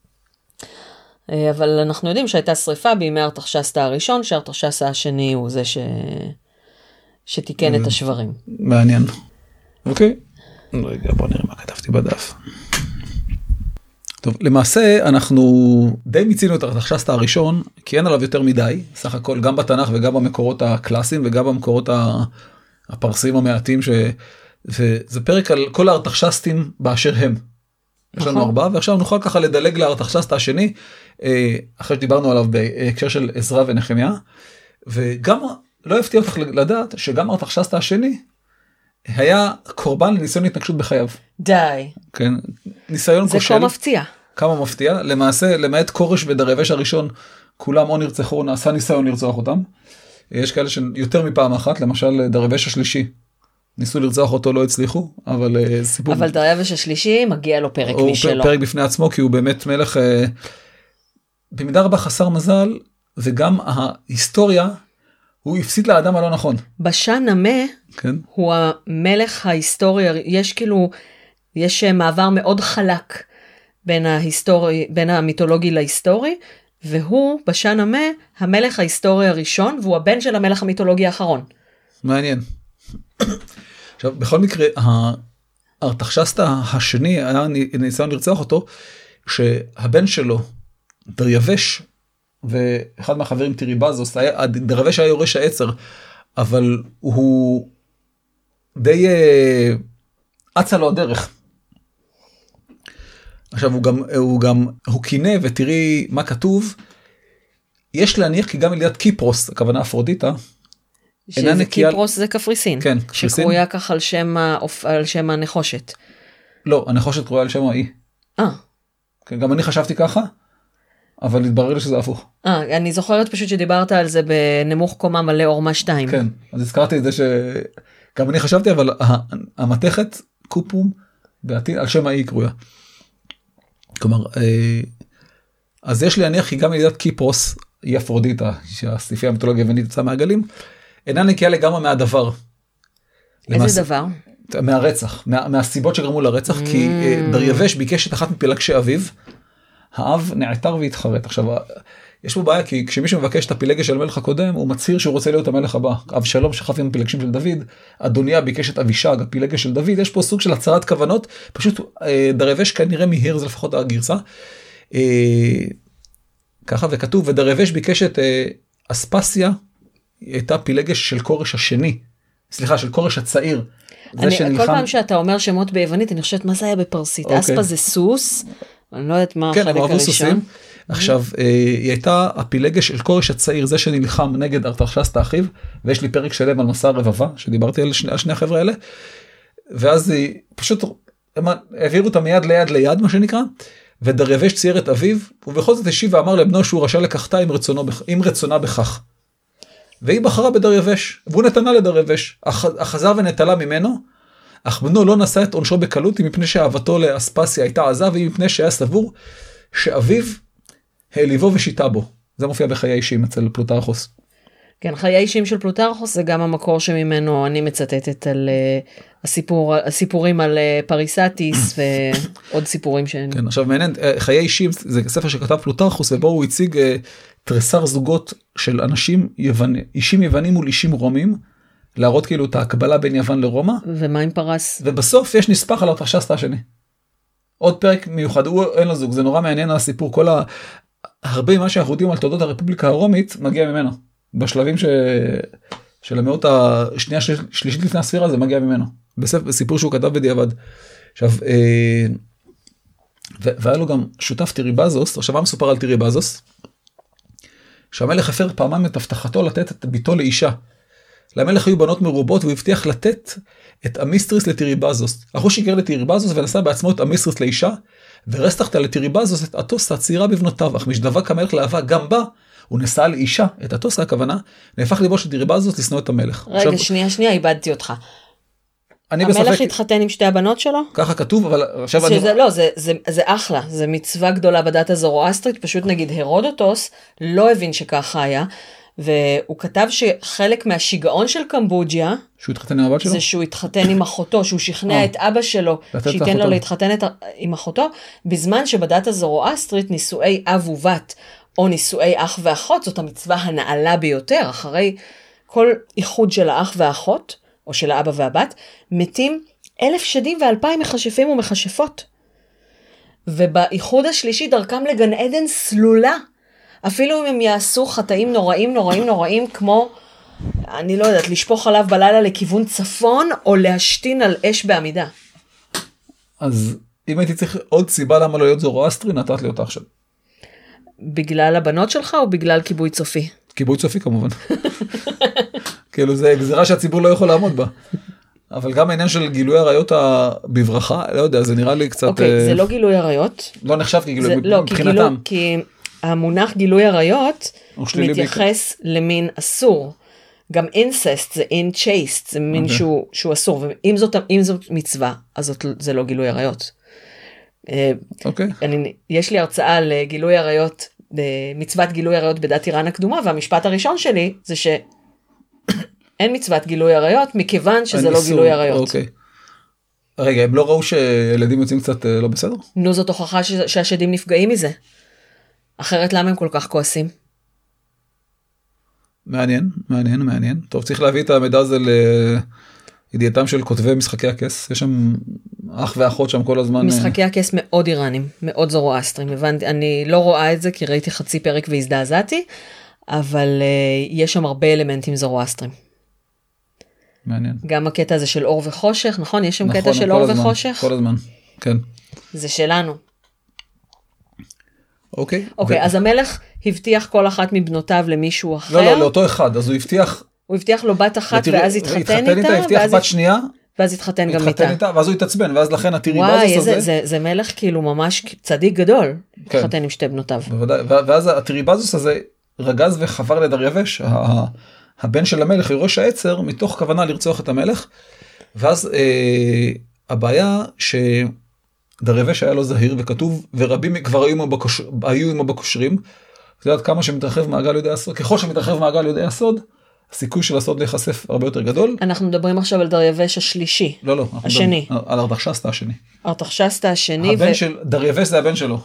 אבל אנחנו יודעים שהייתה שריפה בימי ארתחשסה הראשון, שארתחשסה השני הוא זה שתיקן את השברים. מעניין. אוקיי. רגע, בוא נראה מה כתבתי בדף. טוב, למעשה אנחנו די מיצינו את ארתחשסה הראשון, כי אין עליו יותר מדי, סך הכל גם בתנ"ך וגם במקורות הקלאסיים וגם במקורות הפרסיים המעטים, וזה פרק על כל הארתחשסתים באשר הם. יש לנו 4, ועכשיו נוכל ככה לדלג לארתחשסה השני, אחרי שדיברנו עליו בהקשר של עזרא ונחמיה, וגם לא הפתיע אותך לדעת שגם ארתחשסה השני היה קורבן לניסיון התנגשות בחייו. די. כן, ניסיון זה כושל. כה מפתיע. כמה מפתיע, למעשה, למעט כורש ודרווש הראשון, כולם או נרצחו, נעשה ניסיון לרצוח אותם. יש כאלה שיותר מפעם אחת, למשל דרווש השלישי. ניסו לרצוח אותו, לא הצליחו, אבל סיפור... אבל דרווש השלישי מגיע לו פרק משלו. הוא פרק בפני עצמו, כי הוא באמת מלך במידה רבה חסר מזל, וגם ההיסטוריה, הוא הפסיד לאדם הלא נכון. בשן נמה, כן. הוא המלך ההיסטוריה, יש מעבר מאוד חלק בין המיתולוגי להיסטורי, והוא בשן נמה המלך ההיסטורי הראשון, והוא הבן של המלך המיתולוגי האחרון. מעניין. עכשיו, בכל מקרה, ארתחשסה השני היה ניסיון לרצוח אותו, שהבן שלו, דרייבש, ואחד מהחברים תיריבזוס, דרייבש היה יורש העצר, אבל הוא די אצה לו הדרך. עכשיו הוא קינא, ותראי מה כתוב, יש להניח כי גם ליד קיפרוס, הכוונה אפרודיטה, קיפרוס זה קפריסין, כן, שקרויה כך על שם הנחושת. לא, הנחושת קרויה על שם האי. כן, גם אני חשבתי ככה, אבל התברר לי שזה הפוך. אני זוכרת פשוט שדיברת על זה בנמוך קומה מלא אורמה 2. כן, אז הזכרתי את זה שגם אני חשבתי, אבל המתכת קופום בעתיד על שם האי קרויה. כלומר, אז יש להניח כי גם ליד קיפרוס, היא אפרודיטה, שהספרייה המיתולוגיה היוונית יצאה מהגלים, אינה נקייה לגמרי מהדבר. איזה דבר? מהרצח, מהסיבות שגרמו לרצח, כי דרייבש ביקש את אחת מפילגשי אביו, האב נעתר והתחרט. עכשיו, יש פה בעיה, כי כשמישהו מבקש את הפילגש של המלך הקודם, הוא מצהיר שהוא רוצה להיות המלך הבא. אבשלום שכב עם הפילגשים של דוד, אדוניה ביקש את אבישג, הפילגש של דוד, יש פה סוג של הצהרת כוונות, פשוט דרייבש כנראה מהיר, זה לפחות הגרסה. ככה וכתוב, ודרייבש ביקש את אספסיה, הייתה פילגש של כורש השני, סליחה, של כורש הצעיר. כל פעם שאתה אומר שמות ביוונית, אני חושבת מה זה היה בפרסית, אספה זה סוס, אני לא יודעת מה החלק הראשון. עכשיו, היא הייתה הפילגש של כורש הצעיר, זה שנלחם נגד ארתחשסה אחיו, ויש לי פרק שלם על מסע הרבבה, שדיברתי על שני החבר'ה האלה, ואז היא פשוט, העבירו אותה מיד ליד ליד, מה שנקרא, ודרייבש צייר את אביו, ובכל זאת השיב ואמר לבנו שהוא רשאי לקחתה עם רצונה בכך. והיא בחרה בדרייבש, והוא נתנה לדרייבש, החזר ונטלה ממנו, אך בנו לא נשא את עונשו בקלות, מפני שאהבתו לאספסיה הייתה עזה, והיא מפני שהיה סבור שאביו העליבו ושיטה בו. זה מופיע בחיי אישים אצל פלוטרכוס. כן, חיי אישים של פלוטרכוס זה גם המקור שממנו אני מצטטת על הסיפורים על פריסטיס ועוד סיפורים שאני... כן, עכשיו מעניין, חיי אישים זה ספר שכתב פלוטרכוס, ובו הוא הציג תריסר זוגות של אישים יוונים מול אישים רומים, להראות כאילו את ההקבלה בין יוון לרומא. ומה עם פרס? ובסוף יש נספח על ארתחשסתא השני. עוד פרק מיוחד, הוא אין לו זוג, זה נורא מעניין על הסיפור, הרבה ממה שאנחנו יודעים על תולדות הרפובליקה הרומית מגיע ממנו. בשלבים של המאות השנייה שלישית לפני הספירה זה מגיע ממנו. בסיפור שהוא כתב בדיעבד. עכשיו, והיה לו גם שותף תיריבזוס, עכשיו מה מסופר על תיריבזוס? שהמלך הפר פעמיים את הבטחתו לתת את ביתו לאישה. למלך היו בנות מרובות והוא הבטיח לתת את אמיסטריס לתיריבזוס. אחו שיקר לתיריבזוס ונשא בעצמו את אמיסטריס לאישה, ורסתחת לתיריבזוס את אתוסה הצעירה בבנותיו, אך משדבק המלך לאהבה גם בה, הוא נשא לאישה, את אתוסה הכוונה, נהפך ליבו של תיריבזוס לשנוא את המלך. רגע, שנייה, איבדתי אותך. המלך התחתן עם שתי הבנות שלו? ככה כתוב, אבל עכשיו לא, זה אחלה, זה מצווה גדולה בדת הזורואסטרית, פשוט נגיד הרודוטוס לא הבין שככה היה, והוא כתב שחלק מהשיגעון של קמבודיה, שהוא התחתן עם הבת שלו? זה שהוא התחתן עם אחותו, שהוא שכנע את אבא שלו, שייתן לו להתחתן עם אחותו, בזמן שבדת הזורואסטרית נישואי אב ובת, או נישואי אח ואחות, זאת המצווה הנעלה ביותר, אחרי כל איחוד של האח והאחות, או של האבא והבת, מתים 1,000 שדים ו2,000 מכשפים ומכשפות. ובאיחוד השלישי דרכם לגן עדן סלולה, אפילו אם הם יעשו חטאים נוראים, כמו, אני לא יודעת, לשפוך עליו בלילה לכיוון צפון, או להשתין על אש בעמידה. אז אם הייתי צריך עוד סיבה למה לא להיות זורואסטרי, נתת לי אותה עכשיו. בגלל הבנות שלך, או בגלל כיבוי צופי? כיבוי צופי כמובן. כאילו זה גזירה שהציבור לא יכול לעמוד בה. אבל גם העניין של גילוי עריות בברכה, לא יודע, זה נראה לי קצת... אוקיי, זה לא גילוי עריות. לא נחשב כגילוי מבחינתם. לא, כי המונח גילוי עריות מתייחס למין אסור. גם אינססט זה אינצ'ייסט, זה מין שהוא אסור. ואם זאת מצווה, אז זה לא גילוי עריות. אוקיי. יש לי הרצאה על גילוי עריות, מצוות גילוי עריות בדת איראן הקדומה, והמשפט הראשון שלי זה שאין מצוות גילוי עריות, מכיוון שזה לא גילוי עריות. אוקיי. רגע, הם לא ראו שילדים יוצאים קצת לא בסדר? נו, זאת הוכחה שהשדים נפגעים מזה. אחרת למה הם כל כך כועסים? מעניין. טוב, צריך להביא את המידע הזה לידיעתם של כותבי משחקי הכס. יש שם אח ואחות שם כל הזמן. משחקי הכס מאוד איראנים, מאוד זורואסטרים. אני לא רואה את זה כי ראיתי חצי פרק והזדעזעתי, אבל יש שם הרבה אלמנטים זורואסטרים. מעניין. גם הקטע הזה של אור וחושך, נכון? יש שם קטע של אור וחושך? כל הזמן, כן. זה שלנו. אוקיי. אוקיי, אז המלך הבטיח כל אחת מבנותיו למישהו אחר. לא, לאותו אחד, אז הוא הבטיח... הוא הבטיח לו בת אחת ואז התחתן איתה. הבטיח בת שנייה. ואז התחתן גם איתה. ואז הוא התעצבן, ואז לכן התיריבזוס הזה... וואי, זה מלך כאילו ממש צדיק גדול, התחתן עם שתי בנותיו. בוודאי, ואז התיריבזוס הזה רגז וחבר לדריווש, הבן של המלך, ראש העצר, מתוך כוונה לרצוח את המלך, ואז הבעיה שדריווש היה לו זהיר, וכתוב, ורבים כבר היו עמו בקושרים, את יודעת כמה שמתרחב מעגל יודעי הסוד, ככל שמתרחב מעגל יודעי הסוד, הסיכוי של הסוד להיחשף הרבה יותר גדול. אנחנו מדברים עכשיו על דריווש השלישי. לא. השני. על ארתחשסתא השני. ארתחשסתא השני. הבן של דריווש זה הבן שלו.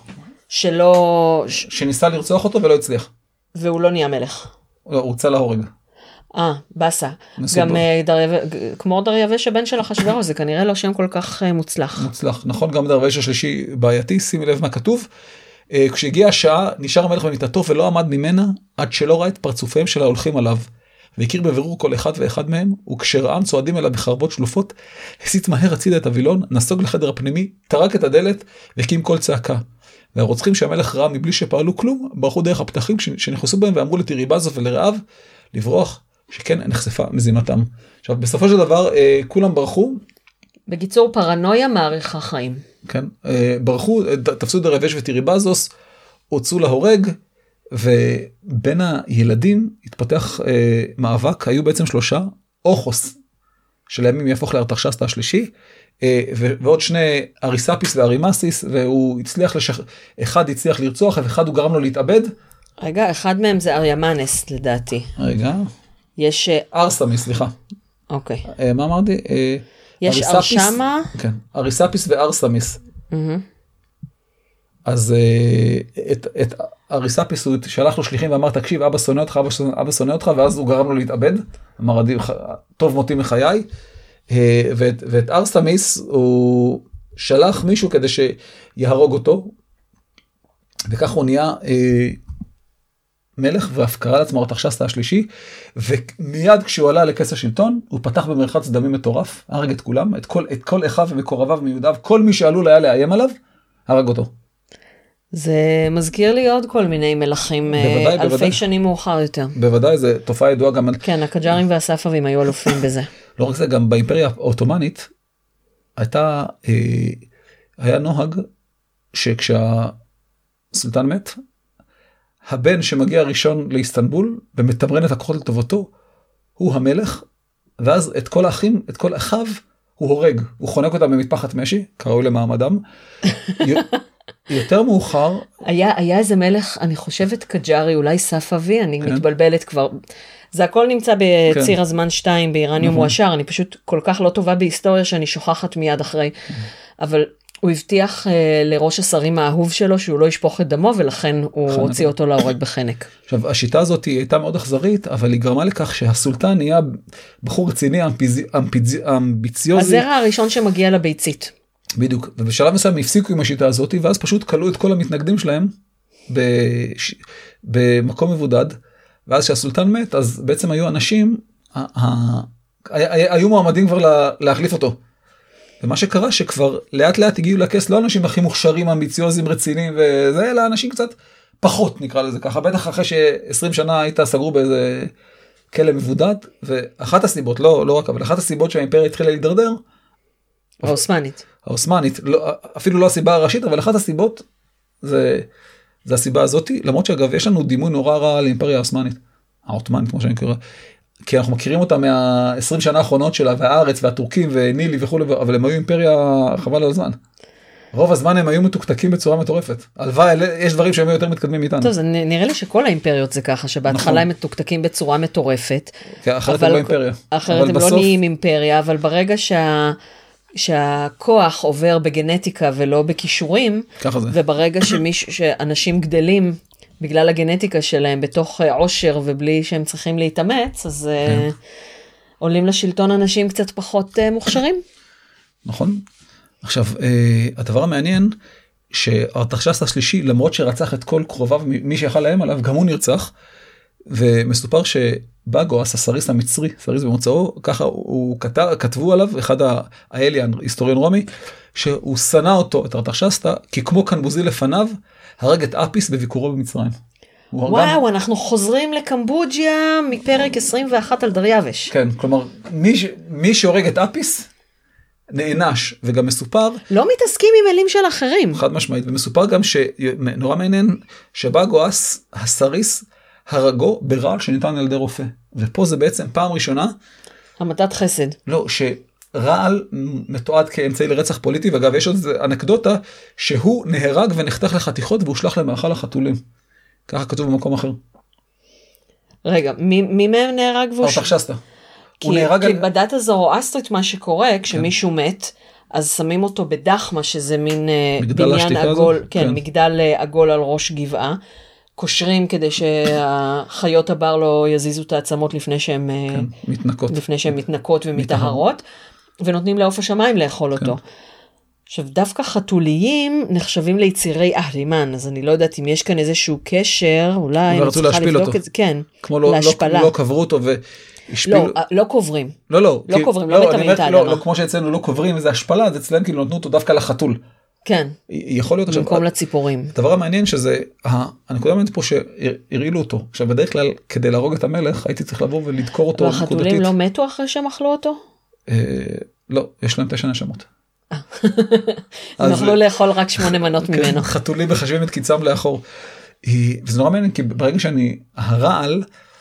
שניסה לרצוח אותו ולא הצליח. והוא לא נהיה מלך. לא, הוא הוצא להורג. בסה. גם כמו דריווש הבן של אחשוורוש, זה כנראה לא שם כל כך מוצלח. מוצלח, נכון, גם דריווש השלישי בעייתי, שימי לב מה כתוב. כשהגיעה השעה, נשאר המלך במיטתו ולא עמד ממנה, עד שלא ראה את פרצופיהם של ההולכים עליו. והכיר בבירור כל אחד ואחד מהם, וכשראם צועדים אליו בחרבות שלופות, הסיט מהר הצידה את הווילון, נסוג לחדר הפנימי, טרק את הדלת, והקים קול צעקה. והרוצחים שהמלך ראה מבלי שפעלו כלום, ברחו דרך הפתחים שנכנסו בהם ואמרו לתיריבזוס ולרעב, לברוח, שכן נחשפה מזינתם. עכשיו, בסופו של דבר, כולם ברחו. בקיצור, פרנויה מעריכה חיים. כן, ברחו, תפסו דריווש ותיריבזוס, הוצאו להורג, ובין הילדים התפתח מאבק, היו בעצם 3, אוכוס, שלימים יהפוך לארתחשסתא השלישי, ועוד 2, אריספיס וארימסיס, והוא הצליח, אחד הצליח לרצוח, ואחד הוא גרם לו להתאבד. רגע, אחד מהם זה ארימנס לדעתי. רגע. יש... ארסמיס, סליחה. אוקיי. מה אמרתי? יש ארשמה? כן, אריספיס וארסמיס. אז את אריספיס הוא שלח לו שליחים ואמר, תקשיב, אבא שונא אותך, ואז הוא גרם לו להתאבד. אמר, טוב מותי מחיי. ואת ארסמיס הוא שלח מישהו כדי שיהרוג אותו, וכך הוא נהיה מלך והפקרה לעצמו ארתחשסתא השלישי, ומיד כשהוא עלה לכס השלטון, הוא פתח במרחץ דמים מטורף, הרג את כולם, את כל אחיו ומקורביו מיהודיו, כל מי שעלול היה לאיים עליו, הרג אותו. זה מזכיר לי עוד כל מיני מלכים אלפי שנים מאוחר יותר. בוודאי, זו תופעה ידועה גם... כן, הקג'ארים והספבים היו אלופים בזה. לא רק זה, גם באימפריה האוטומנית, היה נוהג שכשהסולטן מת, הבן שמגיע ראשון לאיסטנבול, ומתמרן את הכוחות לטובתו, הוא המלך, ואז את כל האחים, את כל אחיו, הוא הורג. הוא חונק אותם במטפחת משי, קראו למעמדם. יותר מאוחר... היה איזה מלך, אני חושבת קג'ארי, אולי ספבי, אני מתבלבלת כבר. זה הכל נמצא בציר הזמן 2 באיראניום מואשר, אני פשוט כל כך לא טובה בהיסטוריה שאני שוכחת מיד אחרי. אבל הוא הבטיח לראש השרים האהוב שלו שהוא לא ישפוך את דמו, ולכן הוא הוציא אותו להורג בחנק. עכשיו, השיטה הזאת הייתה מאוד אכזרית, אבל היא גרמה לכך שהסולטן נהיה בחור רציני, אמביציוזי. הזרע הראשון שמגיע לביצית. בדיוק, ובשלב מסוים הפסיקו עם השיטה הזאת, ואז פשוט קלו את כל המתנגדים שלהם במקום מבודד, ואז שהסולטן מת, אז בעצם היו אנשים, היו מועמדים כבר להחליף אותו. ומה שקרה שכבר לאט לאט הגיעו לכס, לא אנשים הכי מוכשרים, אמביציוזים, רציניים, וזה, אלא אנשים קצת פחות, נקרא לזה ככה, בטח אחרי ש20 שנה היית סגרו באיזה כלא מבודד, ואחת הסיבות, לא רק, אבל אחת הסיבות שהאימפריה התחילה להידרדר, האוסמנית, אפילו לא הסיבה הראשית, אבל אחת הסיבות זה הסיבה הזאת, למרות שאגב יש לנו דימוי נורא רע לאימפריה האוסמנית, העות'מאנית כמו שאני קורא, כי אנחנו מכירים אותה מה-20 שנה האחרונות שלה, והארץ והטורקים ונילי וכו', אבל הם היו אימפריה חבל על הזמן. רוב הזמן הם היו מתוקתקים בצורה מטורפת. הלוואי, יש דברים שהם יותר מתקדמים איתנו. טוב, זה נראה לי שכל האימפריות זה ככה, שבהתחלה הם מתוקתקים בצורה מטורפת. אחרת הם לא אימפריה. אחרת הם לא נהיים אימפריה, אבל ברגע שהכוח עובר בגנטיקה ולא בכישורים, וברגע שאנשים גדלים בגלל הגנטיקה שלהם בתוך עושר ובלי שהם צריכים להתאמץ, אז עולים לשלטון אנשים קצת פחות מוכשרים. נכון. עכשיו, הדבר המעניין, שארתחשסתא השלישי, למרות שרצח את כל קרוביו, מי שיכל להם עליו, גם הוא נרצח, ומסופר שבאגואס, הסריס המצרי, סריס במוצאו, ככה כתבו עליו, אחד האליאן, היסטוריון רומי, שהוא שנא אותו, את ארתחשסתא, כי כמו קנבוזי לפניו, הרג את אפיס בביקורו במצרים. וואו, אנחנו חוזרים לקמבוג'יה מפרק 21 על דריווש. כן, כלומר, מי שהורג את אפיס, נענש, וגם מסופר... לא מתעסקים עם אלים של אחרים. חד משמעית, ומסופר גם שנורא מעניין, שבאגואס, הסריס, הרגו ברעל שניתן על ידי רופא. ופה זה בעצם פעם ראשונה... המתת חסד. לא, רעל מתועד כאמצעי לרצח פוליטי, ואגב יש עוד אנקדוטה שהוא נהרג ונחתך לחתיכות והושלך למאכל החתולים. ככה כתוב במקום אחר. רגע, מי מהם נהרג ארתחשסתא. כי בדת הזורואסטרית מה שקורה, כשמישהו מת, אז שמים אותו בדחמה, שזה מין בניין עגול, כן, מגדל עגול על ראש גבעה, קושרים כדי שהחיות הבר לא יזיזו את העצמות לפני שהן מתנקות ומתאהרות, ונותנים לעוף השמיים לאכול אותו. עכשיו, דווקא חתוליים נחשבים ליצירי אהרימן, אז אני לא יודעת אם יש כאן איזשהו קשר, אולי אני צריכה לבדוק את זה, כן, להשפלה. לא קברו אותו והשפילו. לא קוברים. לא קוברים, לא מטמאים את האדמה. לא, כמו שאצלנו לא קוברים, זה השפלה, אז אצלם כאילו נתנו אותו דווקא לחתול. כן. יכול להיות במקום לציפורים. הדבר המעניין שזה, הנקודה מעניינת פה שהרעילו אותו. עכשיו, בדרך כלל, כדי להרוג את המלך, הייתי צריך לבוא ולדקור אותו נקודתית. והחתולים לא מתו אחרי שהם אכלו אותו? לא, יש להם 9 נשמות. הם יכלו לאכול רק 8 מנות ממנו. חתולים מחשבים את קיצם לאחור. וזה נורא מעניין, כי ברגע הרעל,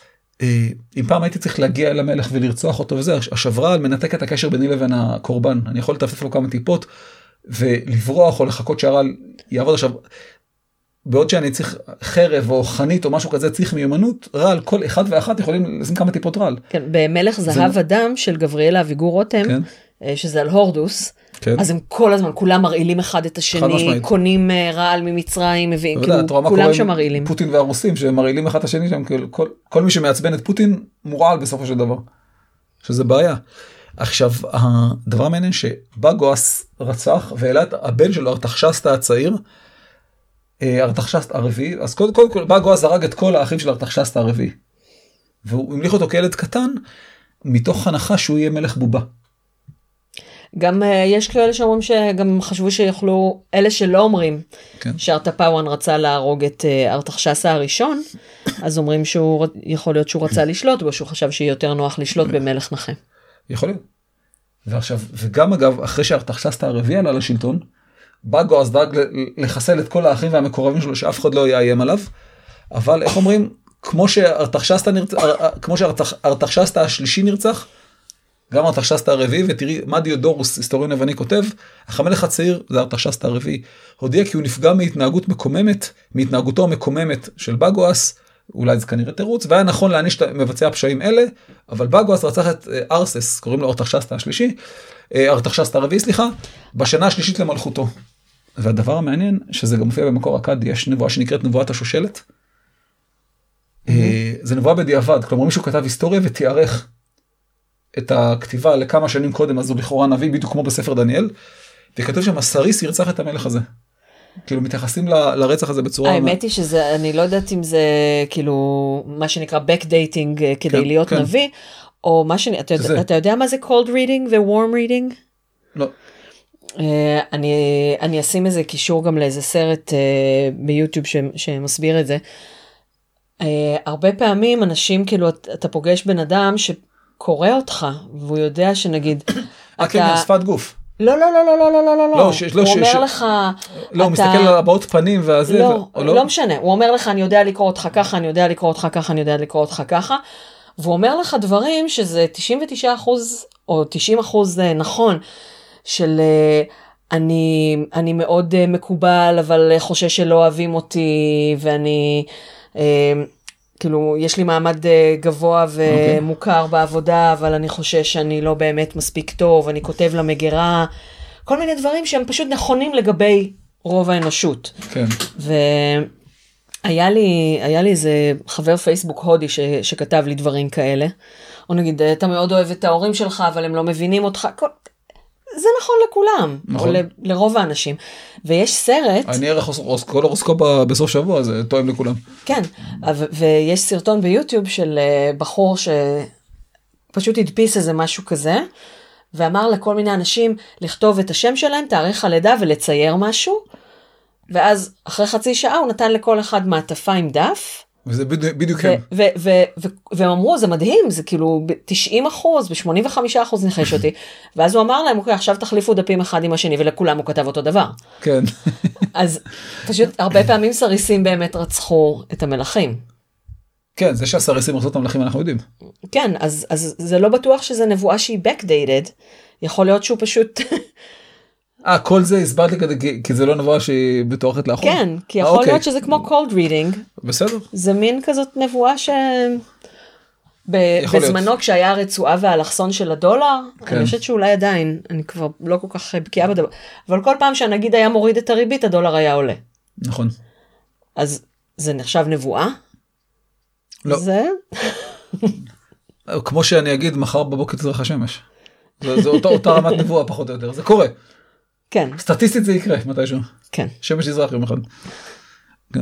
אם פעם הייתי צריך להגיע אל המלך ולרצוח אותו וזה, השברל מנתק את הקשר ביני לבין הקורבן. אני יכול לטפף לו כמה טיפות, ולברוח או לחכות שהרעל יעבוד. עכשיו, בעוד שאני צריך חרב או חנית או משהו כזה, צריך מיומנות, רעל, כל אחד ואחת יכולים לשים כמה טיפות רעל. כן, במלך זהב אדם של גבריאלה אביגור רותם, שזה על הורדוס, אז הם כל הזמן, כולם מרעילים אחד את השני, קונים רעל ממצרים, מביאים, כולם שם מרעילים. פוטין והרוסים שמרעילים אחד את השני, כל מי שמעצבן את פוטין מורעל בסופו של דבר, שזה בעיה. עכשיו, הדבר המעניין שבגואס רצח, והעלה את הבן שלו, ארתחשסתא הצעיר, ארתחשסתא הרביעי, אז קודם כל בגואס הרג את כל האחים של ארתחשסתא הרביעי, והוא המליך אותו כילד קטן, מתוך הנחה שהוא יהיה מלך בובה. גם יש כאלה שאומרים שגם חשבו שיוכלו, אלה שלא אומרים, שארתפאוואן רצה להרוג את ארתחשסתא הראשון, אז אומרים שהוא יכול להיות שהוא רצה לשלוט בו, שהוא חשב שיהיה יותר נוח לשלוט במלך נחה. יכול להיות. ועכשיו, וגם אגב, אחרי שארתחשסתא הרביעי עלה לשלטון, בגואס דאג לחסל את כל האחים והמקורבים שלו, שאף אחד לא יאיים עליו, אבל איך אומרים, כמו שארתחשסתא השלישי נרצח, גם ארתחשסתא הרביעי, ותראי מה דיודורוס, היסטוריון יווני, כותב, המלך הצעיר, זה ארתחשסתא הרביעי, הודיע כי הוא נפגע מהתנהגות מקוממת, מהתנהגותו המקוממת של בגואס, אולי זה כנראה תירוץ, והיה נכון להעניש את מבצעי הפשעים אלה, אבל בגואס רצח את ארסס, קוראים לו ארתחשסתא השלישי, ארתחשסתא הרביעי, סליחה, בשנה השלישית למלכותו. והדבר המעניין, שזה גם מופיע במקור אכד, יש נבואה שנקראת נבואת השושלת. זה נבואה בדיעבד, כלומר מישהו כתב היסטוריה ותיארך את הכתיבה לכמה שנים קודם, אז הוא לכאורה נביא, בדיוק כמו בספר דניאל, וכתוב שם, הסריס ירצח את המלך הזה. כאילו מתייחסים לרצח הזה בצורה... האמת היא שזה, אני לא יודעת אם זה כאילו מה שנקרא backdating כדי להיות נביא, או מה אתה יודע מה זה cold reading ו-warm reading? לא. אני אשים איזה קישור גם לאיזה סרט ביוטיוב שמסביר את זה. הרבה פעמים אנשים כאילו אתה פוגש בן אדם שקורא אותך, והוא יודע שנגיד... כן, שפת גוף. לא, הוא אומר לך... לא, הוא מסתכל על הבעות פנים והזה... לא משנה, הוא אומר לך, אני יודע לקרוא אותך ככה, אני יודע לקרוא אותך ככה, אני יודע לקרוא אותך ככה, והוא אומר לך דברים שזה 99% או 90% נכון, של אני מאוד מקובל, אבל חושש שלא אוהבים אותי, ואני... כאילו, יש לי מעמד גבוה ומוכר בעבודה, אבל אני חושש שאני לא באמת מספיק טוב, אני כותב למגירה, כל מיני דברים שהם פשוט נכונים לגבי רוב האנושות. כן. והיה לי איזה חבר פייסבוק הודי שכתב לי דברים כאלה, או נגיד, אתה מאוד אוהב את ההורים שלך, אבל הם לא מבינים אותך, זה נכון לכולם, נכון. או לרוב האנשים. ויש סרט... אני ערך כל הורוסקופ בסוף שבוע, זה טועם לכולם. כן, ויש סרטון ביוטיוב של בחור שפשוט הדפיס איזה משהו כזה, ואמר לכל מיני אנשים לכתוב את השם שלהם, תאריך הלידה ולצייר משהו, ואז אחרי חצי שעה הוא נתן לכל אחד מעטפה עם דף, וזה בדיוק כן. והם אמרו, זה מדהים, זה כאילו 90%, ב-85% ניחש אותי. ואז הוא אמר להם, אוקיי, עכשיו תחליפו דפים אחד עם השני, ולכולם הוא כתב אותו דבר. כן. אז פשוט הרבה פעמים סריסים באמת רצחו את המלכים. כן, זה שהסריסים רצחו את המלכים אנחנו יודעים. כן, אז זה לא בטוח שזה נבואה שהיא backdated, יכול להיות שהוא פשוט... כל זה הסברת לי כי זה לא נבואה שהיא בתוארכת לאחור? כן, כי יכול להיות שזה כמו cold reading. בסדר. זה מין כזאת נבואה בזמנו כשהיה הרצועה והאלכסון של הדולר, אני חושבת שאולי עדיין, אני כבר לא כל כך בקיאה בדבר, אבל כל פעם שהנגיד היה מוריד את הריבית, הדולר היה עולה. נכון. אז זה נחשב נבואה? לא. זה? כמו שאני אגיד, מחר בבוקר תזרח השמש. זה אותה רמת נבואה פחות או יותר, זה קורה. כן. סטטיסטית זה יקרה מתישהו. כן. שמש יזרח יום אחד. כן.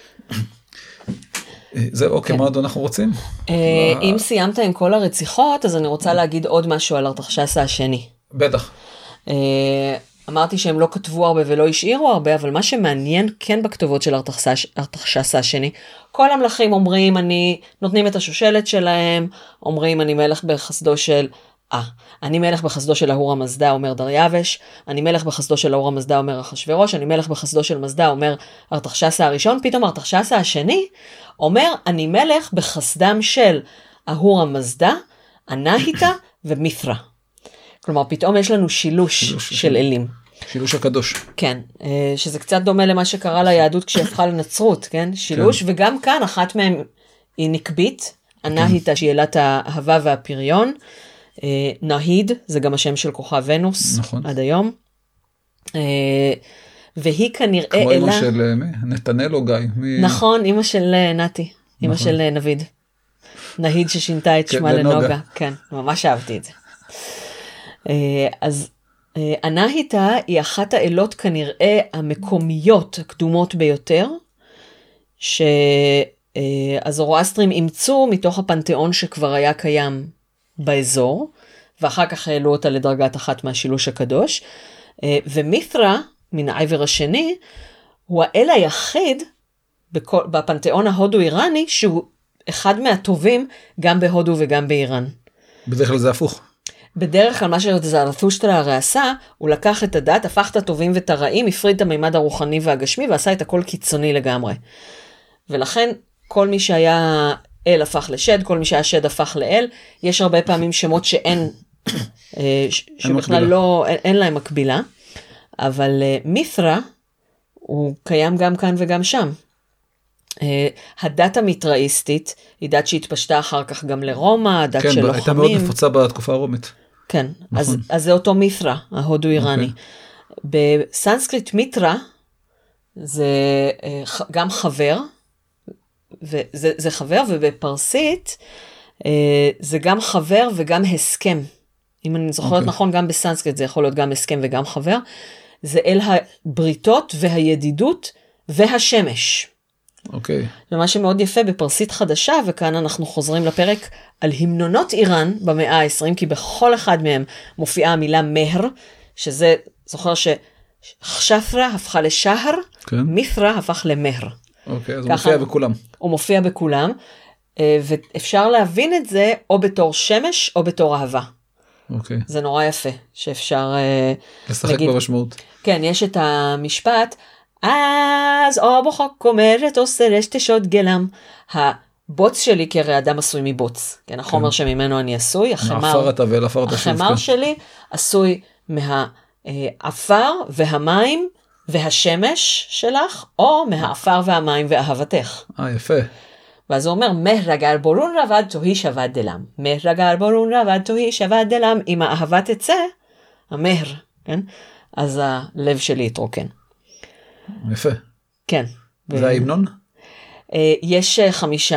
זה אוקיי, מה עוד אנחנו רוצים? אם סיימת עם כל הרציחות, אז אני רוצה להגיד עוד משהו על ארתחשסתא השני. בטח. אמרתי שהם לא כתבו הרבה ולא השאירו הרבה, אבל מה שמעניין כן בכתובות של ארתחשסתא השני, כל המלכים אומרים, נותנים את השושלת שלהם, אומרים אני מלך בחסדו של... אני מלך בחסדו של אהור המזדה, אומר דריווש, אני מלך בחסדו של אהור המזדה, אומר אחשוורוש, אני מלך בחסדו של מזדה, אומר ארתחשסתא הראשון, פתאום ארתחשסתא השני אומר, אני מלך בחסדם של אהור המזדה, אנהיטה ומיתרה. כלומר, פתאום יש לנו שילוש של אלים. שילוש הקדוש. כן, שזה קצת דומה למה שקרה ליהדות כשהיא הפכה לנצרות, כן? שילוש, וגם כאן אחת מהן היא נקבית, הנהיד, שאלת האהבה והפריון, נהיד, זה גם השם של כוכב ונוס, נכון. עד היום. והיא כנראה כמו אמא של נתנאל או גיא. נכון, אמא של נתי, אמא של נביד. נהיד ששינתה את שמה לנוגה. כן, ממש אהבתי את זה. אז הנהיטה היא אחת האלות כנראה המקומיות הקדומות ביותר, שהזורואסטרים אימצו מתוך הפנתיאון שכבר היה קיים באזור, ואחר כך העלו אותה לדרגת אחת מהשילוש הקדוש, ומית'רה, מן העבר השני, הוא האל היחיד בפנתיאון ההודו-איראני, שהוא אחד מהטובים גם בהודו וגם באיראן. בדרך כלל זה הפוך. בדרך כלל מה שזרתושטרה הרי עשה, הוא לקח את הדת, הפך את הטובים ואת הרעים, הפריד את המימד הרוחני והגשמי, ועשה את הכל קיצוני לגמרי. ולכן כל מי שהיה אל הפך לשד, כל מי שהיה שד הפך לאל, יש הרבה פעמים שמות שאין, שבכלל לא, אין להם מקבילה, אבל מית'רה הוא קיים גם כאן וגם שם. הדת המיתראיסטית היא דת שהתפשטה אחר כך גם לרומא, דת של לוחמים. כן, הייתה מאוד נפוצה בתקופה הרומית. כן, אז זה אותו מית'רה, ההודו-איראני. בסנסקריט מית'רה זה גם חבר, זה חבר, ובפרסית זה גם חבר וגם הסכם. אם אני זוכרת נכון, גם בסנסקריט זה יכול להיות גם הסכם וגם חבר. זה אל הבריתות והידידות והשמש. אוקיי. ומה שמאוד יפה בפרסית חדשה, וכאן אנחנו חוזרים לפרק על המנונות איראן במאה ה-20, כי בכל אחד מהם מופיעה המילה מהר, שזה, זוכר שחשפרה הפכה לשהר, מית'רה הפך למהר. אוקיי, אז הוא מופיע בכולם. הוא מופיע בכולם, ואפשר להבין את זה או בתור שמש או בתור אהבה. אוקיי. זה נורא יפה, שאפשר לשחק במשמעות. כן, יש את המשפט, אז אבו חוק אומרת עושה רשתשות גלם. הבוץ שלי, כי הרי אדם עשוי מבוץ. כן, החומר שממנו אני עשוי. החמר שלי עשוי מהאפר והמים והשמש שלך, או מהאפר והמים ואהבתך. יפה. ואז הוא אומר, מהרגר בורון רבד תוהי שבת דלם. מהרגר בורון רבד תוהי שבת דלם. אם האהבה תצא, המהר, כן? אז הלב שלי יתרוקן. יפה. כן. זה ההמנון? יש 5,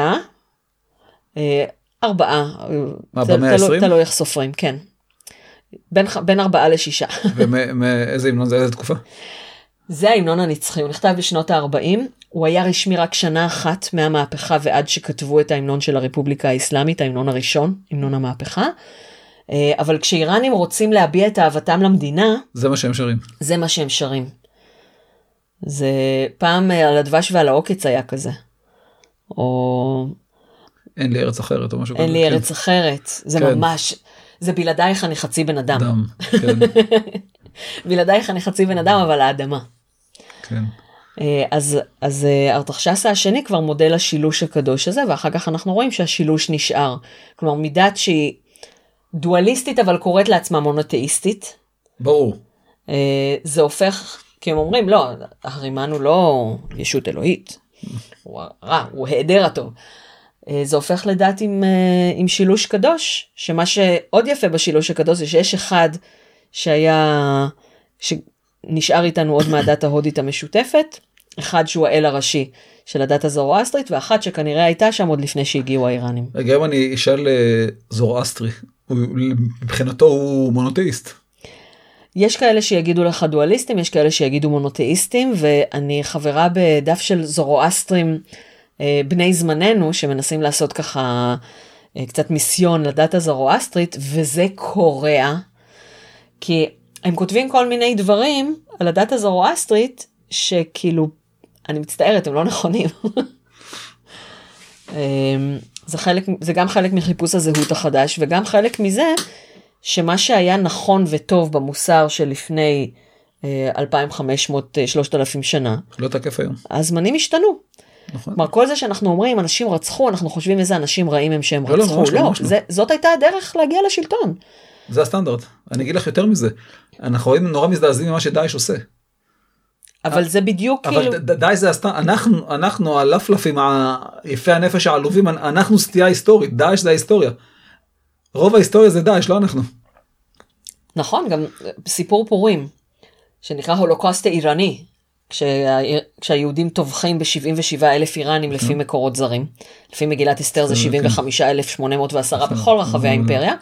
4. במאה ה-20? תלוי איך סופרים, כן. בין 4 ל-6. ומאיזה המנון זה? איזה תקופה? זה ההמנון הנצחי, הוא נכתב בשנות ה-40, הוא היה רשמי רק שנה אחת מהמהפכה ועד שכתבו את ההמנון של הרפובליקה האסלאמית, ההמנון הראשון, המנון המהפכה, אבל כשאיראנים רוצים להביע את אהבתם למדינה, זה מה שהם שרים. זה מה שהם שרים. זה פעם על הדבש ועל העוקץ היה כזה. או... אין לי ארץ אחרת או משהו כזה. אין לי ארץ אחרת, זה ממש, זה בלעדייך אני חצי בן אדם. דם, כן. בלעדייך אני חצי בן אדם, אבל האדמה. כן. אז ארתחשסה השני כבר מודל השילוש הקדוש הזה, ואחר כך אנחנו רואים שהשילוש נשאר. כלומר, מידת שהיא דואליסטית, אבל קוראת לעצמה מונותאיסטית. ברור. זה הופך, כי הם אומרים, לא, הרימן הוא לא ישות אלוהית. הוא רע, הוא היעדר הטוב. זה הופך לדעת עם שילוש קדוש, שמה שעוד יפה בשילוש הקדוש זה שיש אחד שנשאר איתנו עוד מהדת ההודית המשותפת, אחד שהוא האל הראשי של הדת הזורואסטרית, ואחת שכנראה הייתה שם עוד לפני שהגיעו האיראנים. רגע, אם אני אשאל זורואסטרי, מבחינתו הוא מונותאיסט. יש כאלה שיגידו לך דואליסטים, יש כאלה שיגידו מונותאיסטים, ואני חברה בדף של זורואסטרים בני זמננו, שמנסים לעשות ככה קצת מיסיון לדת הזורואסטרית, וזה קורע, כי הם כותבים כל מיני דברים על הדת הזורואסטרית, שכאילו, אני מצטערת, הם לא נכונים. זה גם חלק מחיפוש הזהות החדש, וגם חלק מזה, שמה שהיה נכון וטוב במוסר של לפני 2,500-3,000 שנה, לא תקף היום. הזמנים השתנו. נכון. כלומר, כל זה שאנחנו אומרים, אנשים רצחו, אנחנו חושבים איזה אנשים רעים הם שהם רצחו. לא, זאת הייתה הדרך להגיע לשלטון. זה הסטנדרט. אני אגיד לך יותר מזה. אנחנו רואים נורא מזדעזעים ממה שדאעש עושה. אבל זה בדיוק אבל כאילו... דאעש זה הסטנדרט, אנחנו הלפלפים, היפי הנפש העלובים, אנחנו סטייה היסטורית, דאעש זה ההיסטוריה. רוב ההיסטוריה זה דאעש, לא אנחנו. נכון, גם סיפור פורים, שנקרא הולוקוסט האיראני, כשהיהודים טובחים ב-77,000 איראנים לפי מקורות זרים. לפי מגילת אסתר זה 75,810 בכל רחבי האימפריה.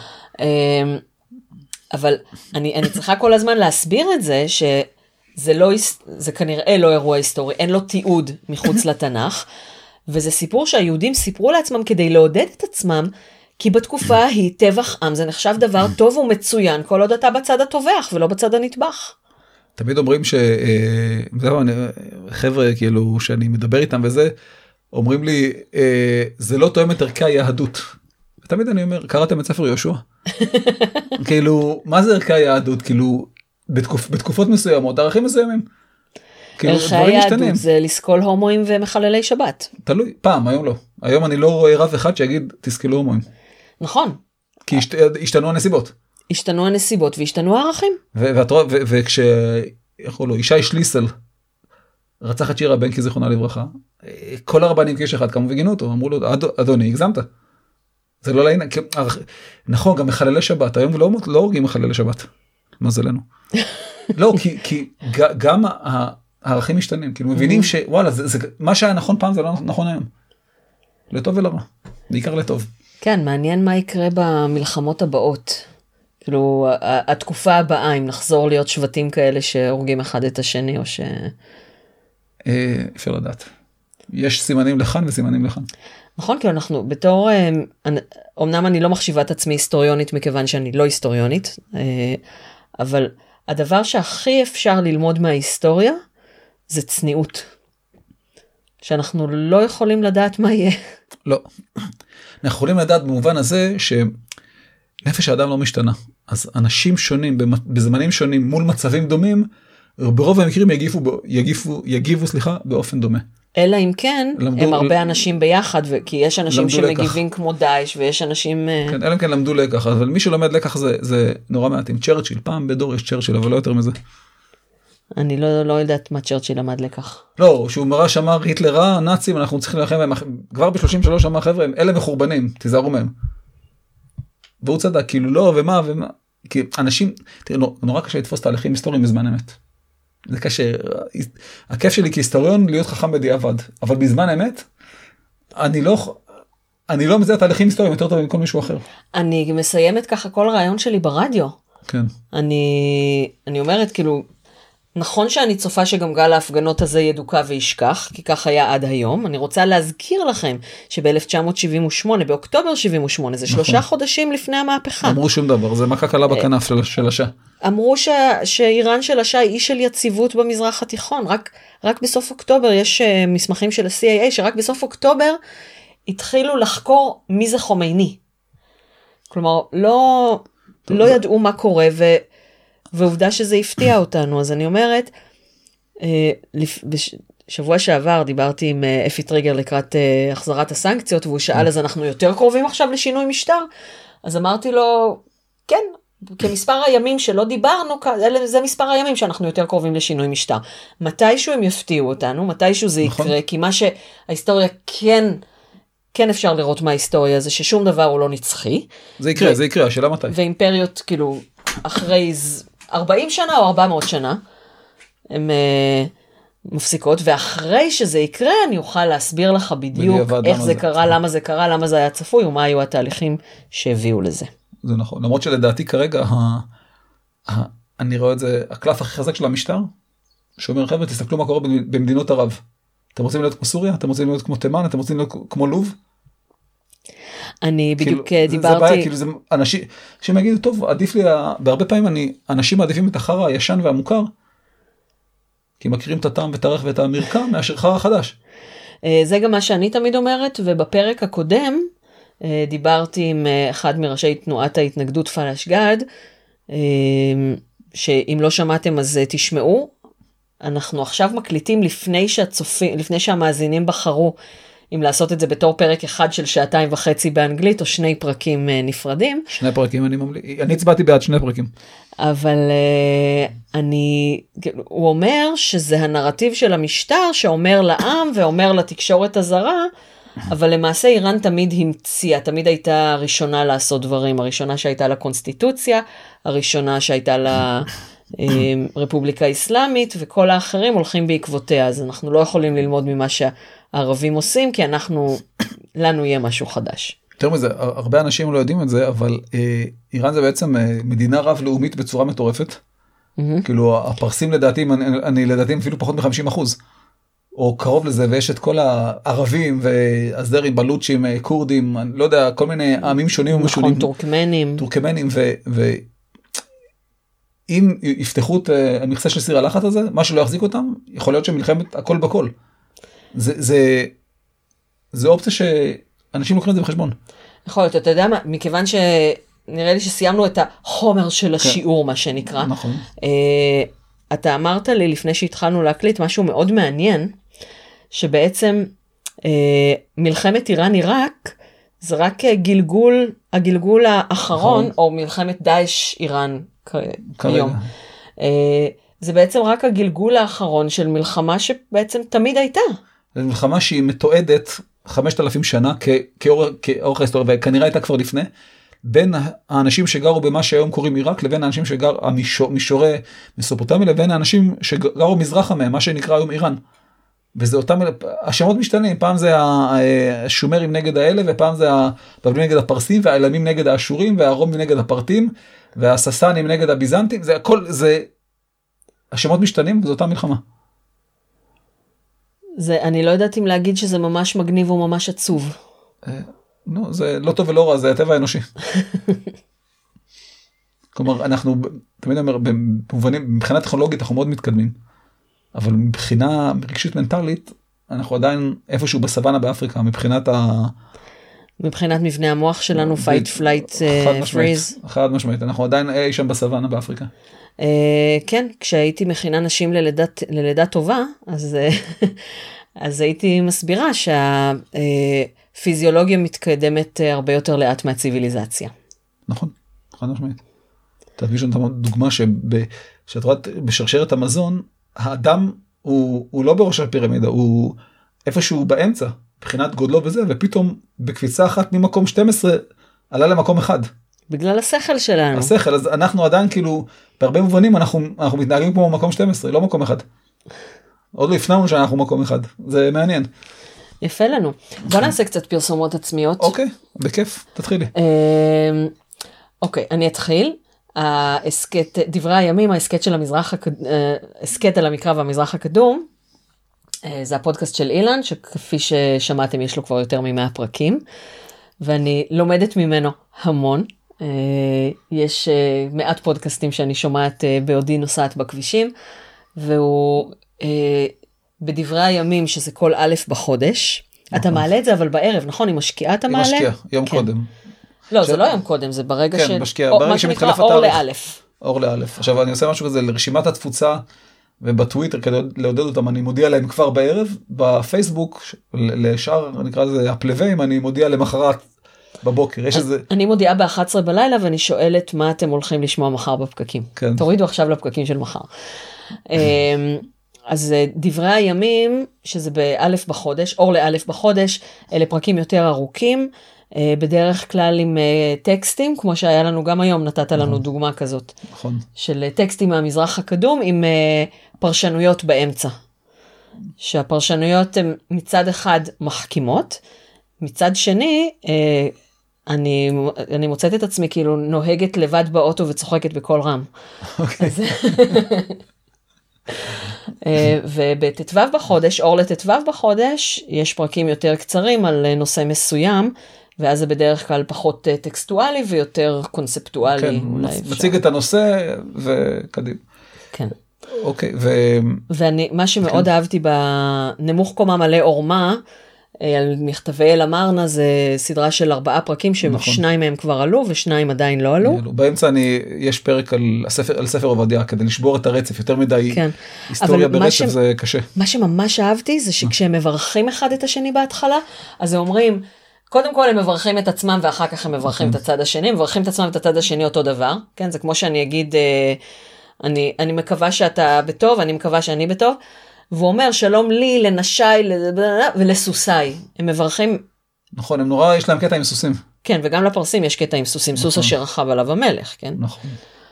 אבל אני צריכה כל הזמן להסביר את זה, זה כנראה לא אירוע היסטורי, אין לו תיעוד מחוץ לתנ"ך, וזה סיפור שהיהודים סיפרו לעצמם כדי לעודד את עצמם, כי בתקופה ההיא טבח עם זה נחשב דבר טוב ומצוין, כל עוד אתה בצד הטובח ולא בצד הנטבח. תמיד אומרים חבר'ה כאילו שאני מדבר איתם וזה, אומרים לי, זה לא תואם את ערכי היהדות. ותמיד אני אומר, קראתם את ספר יהושע? כאילו, מה זה ערכי היהדות? כאילו, בתקופות מסוימות, ערכים מסוימים. ערכי היהדות זה לסקול הומואים ומחללי שבת. תלוי, פעם, היום לא. היום אני לא רואה רב אחד שיגיד, תסקלו הומואים. נכון. כי השתנו הנסיבות. השתנו הנסיבות והשתנו הערכים. ישי שליסל רצח את שירה בנקי זיכרונה לברכה, כל הרבנים כאיש אחד קמו וגינו אותו, אמרו לו, אדוני, הגזמת. זה לא לעניין, נכון, גם מחללי שבת, היום לא הורגים מחללי שבת, מזלנו. לא, כי גם הערכים משתנים, כאילו מבינים שוואלה, מה שהיה נכון פעם זה לא נכון היום. לטוב ולרע, בעיקר לטוב. כן, מעניין מה יקרה במלחמות הבאות. כאילו, התקופה הבאה, אם נחזור להיות שבטים כאלה שהורגים אחד את השני, או ש... אפשר לדעת. יש סימנים לכאן וסימנים לכאן. נכון, כי אנחנו בתור, אמנם אני לא מחשיבה את עצמי היסטוריונית, מכיוון שאני לא היסטוריונית, אבל הדבר שהכי אפשר ללמוד מההיסטוריה, זה צניעות. שאנחנו לא יכולים לדעת מה יהיה. לא. אנחנו יכולים לדעת במובן הזה שנפש האדם לא משתנה. אז אנשים שונים, בזמנים שונים, מול מצבים דומים, ברוב המקרים יגיבו באופן דומה. אלא אם כן, הם הרבה אנשים ביחד, כי יש אנשים שמגיבים כמו דאעש, ויש אנשים... כן, אלא אם כן למדו לקח, אבל מי שלומד לקח זה נורא מעטים. צ'רצ'יל, פעם בדור יש צ'רצ'יל, אבל לא יותר מזה. אני לא יודעת מה צ'רצ'יל למד לקח. לא, שהוא מרש אמר, היטלר רע, נאצים, אנחנו צריכים להילחם בהם, כבר ב-33 אמר, חבר'ה, אלה מחורבנים, תיזהרו מהם. והוא צדק, כאילו לא, ומה, כי אנשים, תראה, נורא קשה לתפוס תהליכים היסטוריים בזמן אמת. זה קשה, הכיף שלי כהיסטוריון להיות חכם בדיעבד, אבל בזמן אמת, אני לא מזהה תהליכים היסטוריים יותר טוב מכל מישהו אחר. אני מסיימת ככה כל רעיון שלי ברדיו. כן. אני אומרת, כאילו, נכון שאני צופה שגם גל ההפגנות הזה ידוקה וישכח, כי כך היה עד היום. אני רוצה להזכיר לכם שב-1978, באוקטובר 78, זה 3 חודשים לפני המהפכה. אמרו שום דבר, זה מכה קלה בכנף של השעה. אמרו שאיראן של השעה היא של יציבות במזרח התיכון. רק בסוף אוקטובר יש מסמכים של ה-CIA, שרק בסוף אוקטובר התחילו לחקור מי זה חומייני. כלומר, לא ידעו מה קורה, ועובדה שזה הפתיע אותנו. אז אני אומרת, בשבוע שעבר דיברתי עם אפי טריגר לקראת החזרת הסנקציות, והוא שאל, אז אנחנו יותר קרובים עכשיו לשינוי משטר? אז אמרתי לו, כן, כמספר הימים שלא דיברנו, זה מספר הימים שאנחנו יותר קרובים לשינוי משטר. מתישהו הם יפתיעו אותנו, מתישהו זה יקרה, כי מה שההיסטוריה כן אפשר לראות מההיסטוריה, זה ששום דבר הוא לא נצחי. זה יקרה, השאלה מתי. ואימפריות, כאילו, אחרי 40 שנה או 400 שנה, הן מפסיקות, ואחרי שזה יקרה, אני אוכל להסביר לך בדיוק איך זה קרה, למה זה קרה, למה זה היה צפוי, ומה היו התהליכים שהביאו לזה. זה נכון, למרות שלדעתי כרגע, אני רואה את זה, הקלף הכי חזק של המשטר, שאומר, חבר'ה, תסתכלו מה קורה במדינות ערב. אתם רוצים להיות כמו סוריה? אתם רוצים להיות כמו תימן? אתם רוצים להיות כמו לוב? אני בדיוק דיברתי... זה בעיה, כאילו זה אנשים יגידו, טוב, עדיף לי, בהרבה פעמים אנשים מעדיפים את החרא הישן והמוכר, כי מכירים את הטעם ואת הערך ואת המרקם, מאשר חרא חדש. זה גם מה שאני תמיד אומרת, ובפרק הקודם, דיברתי עם אחד מראשי תנועת ההתנגדות פלש גד, שאם לא שמעתם אז תשמעו, אנחנו עכשיו מקליטים לפני שהמאזינים בחרו אם לעשות את זה בתור פרק אחד של 2.5 באנגלית, או 2 פרקים נפרדים. 2 פרקים אני הצבעתי בעד 2 פרקים. אבל הוא אומר שזה הנרטיב של המשטר, שאומר לעם ואומר לתקשורת הזרה, אבל למעשה איראן תמיד המציאה, תמיד הייתה הראשונה לעשות דברים, הראשונה שהייתה לקונסטיטוציה, הראשונה שהייתה לרפובליקה האסלאמית, וכל האחרים הולכים בעקבותיה, אז אנחנו לא יכולים ללמוד ממה שהערבים עושים, כי לנו יהיה משהו חדש. יותר מזה, הרבה אנשים לא יודעים את זה, אבל איראן זה בעצם מדינה רב-לאומית בצורה מטורפת, כאילו הפרסים לדעתי, אני לדעתי אפילו פחות מ-50%. או קרוב לזה, ויש את כל הערבים והזרים, בלוצ'ים, קורדים, אני לא יודע, כל מיני עמים שונים ומשונים. נכון, טורקמנים. ואם יפתחו את המכסה של סיר הלחץ הזה, מה שלא יחזיק אותם, יכול להיות שמלחמת הכל בכל. זה אופציה שאנשים לוקחים את זה בחשבון. יכול להיות, אתה יודע מה, מכיוון שנראה לי שסיימנו את החומר של השיעור, מה שנקרא. נכון. אתה אמרת לי לפני שהתחלנו להקליט משהו מאוד מעניין, שבעצם מלחמת איראן-עיראק, זה רק הגלגול האחרון, או מלחמת דאעש איראן כיום. זה בעצם רק הגלגול האחרון של מלחמה שבעצם תמיד הייתה. זו מלחמה שהיא מתועדת 5,000 שנה כאורך ההיסטוריה, וכנראה הייתה כבר לפני, בין האנשים שגרו במה שהיום קוראים עיראק, לבין האנשים שגרו מישורי מסופוטמיה, לבין האנשים שגרו מזרחה מהם, מה שנקרא היום איראן. וזה אותם, השמות משתנים, פעם זה השומרים נגד האלה, ופעם זה הבבלים נגד הפרסים, והאלמים נגד האשורים, והרומים נגד הפרטים, והססנים נגד הביזנטים, זה הכל, זה, השמות משתנים, וזו אותה מלחמה. אני לא יודעת אם להגיד שזה ממש מגניב או ממש עצוב. נו, זה לא טוב ולא רע, זה הטבע האנושי. כלומר, אנחנו, תמיד אומר, במובנים, מבחינה טכנולוגית אנחנו מאוד מתקדמים, אבל מבחינה רגשית מנטלית, אנחנו עדיין איפשהו בסוואנה באפריקה, מבחינת מבנה המוח שלנו, fight, flight, freeze. חד משמעית, אנחנו עדיין אי שם בסוואנה באפריקה. כן, כשהייתי מכינה נשים ללידה טובה, אז הייתי מסבירה פיזיולוגיה מתקדמת הרבה יותר לאט מהציביליזציה. נכון, חד משמעית. תביא שם דוגמה שאת רואה בשרשרת המזון, האדם הוא לא בראש הפירמידה, הוא איפשהו באמצע, מבחינת גודלו וזה, ופתאום בקפיצה אחת ממקום 12 עלה למקום 1. בגלל השכל שלנו. השכל, אז אנחנו עדיין כאילו, בהרבה מובנים אנחנו מתנהגים כמו מקום 12, לא מקום 1. עוד לא הפנמנו שאנחנו מקום 1, זה מעניין. יפה לנו. בוא נעשה קצת פרסומות עצמיות. אוקיי, בכיף, תתחילי. אוקיי, אני אתחיל. ההסקט, דברי הימים, ההסקט על המקרא והמזרח הקדום, זה הפודקאסט של אילן, שכפי ששמעתם יש לו כבר יותר מ100 פרקים, ואני לומדת ממנו המון. יש מעט פודקאסטים שאני שומעת בעודי נוסעת בכבישים, והוא בדברי הימים, שזה כל א' בחודש. אתה מעלה את זה אבל בערב, נכון? היא משקיעה את המעלה? היא משקיעה, יום קודם. לא, זה לא יום קודם, זה ברגע כן, משקיעה, ברגע שמתחלף התאריך. אור לאלף. אור לאלף. עכשיו אני עושה משהו כזה לרשימת התפוצה, ובטוויטר כדי לעודד אותם, אני מודיע להם כבר בערב, בפייסבוק, לשאר, נקרא לזה הפלווים, אני מודיע למחרת בבוקר. יש איזה... אני מודיעה ב-11 בלילה, ואני שואלת מה אתם הולכים לשמוע מחר בפקקים. כן. תורידו עכשיו לפקקים של מחר. אז דברי הימים, שזה באלף בחודש, אור לאלף בחודש, אלה פרקים יותר ארוכים, בדרך כלל עם טקסטים, כמו שהיה לנו גם היום, נתת לנו דוגמה כזאת, נכון. של טקסטים מהמזרח הקדום, עם פרשנויות באמצע. שהפרשנויות הן מצד אחד מחכימות, מצד שני, אני מוצאת את עצמי כאילו נוהגת לבד באוטו וצוחקת בכל רם. אוקיי. ובט"ו בחודש, אור לט"ו בחודש, יש פרקים יותר קצרים על נושא מסוים, ואז זה בדרך כלל פחות טקסטואלי ויותר קונספטואלי. כן, מציג את הנושא וקדימה. כן. אוקיי, מה שמאוד אהבתי בנמוך קומה מלא עורמה, על מכתבי אל אמרנה, זה סדרה של 4 פרקים, ש2 מהם כבר עלו, ו2 עדיין לא עלו. באמצע יש פרק על ספר עובדיה, כדי לשבור את הרצף, יותר מדי היסטוריה ברצף, זה קשה. מה שממש אהבתי, זה שכשהם מברכים אחד את השני בהתחלה, אז הם אומרים, קודם כל הם מברכים את עצמם, ואחר כך הם מברכים את הצד השני, הם מברכים את עצמם ואת הצד השני אותו דבר, כן? זה כמו שאני אגיד, אני מקווה שאתה בטוב, אני מקווה שאני בטוב, והוא אומר שלום לי, לנשי, ולסוסי. הם מברכים... נכון, הם נורא, יש להם קטע עם סוסים. כן, וגם לפרסים יש קטע עם סוסים, סוס אשר רכב עליו המלך, כן? נכון.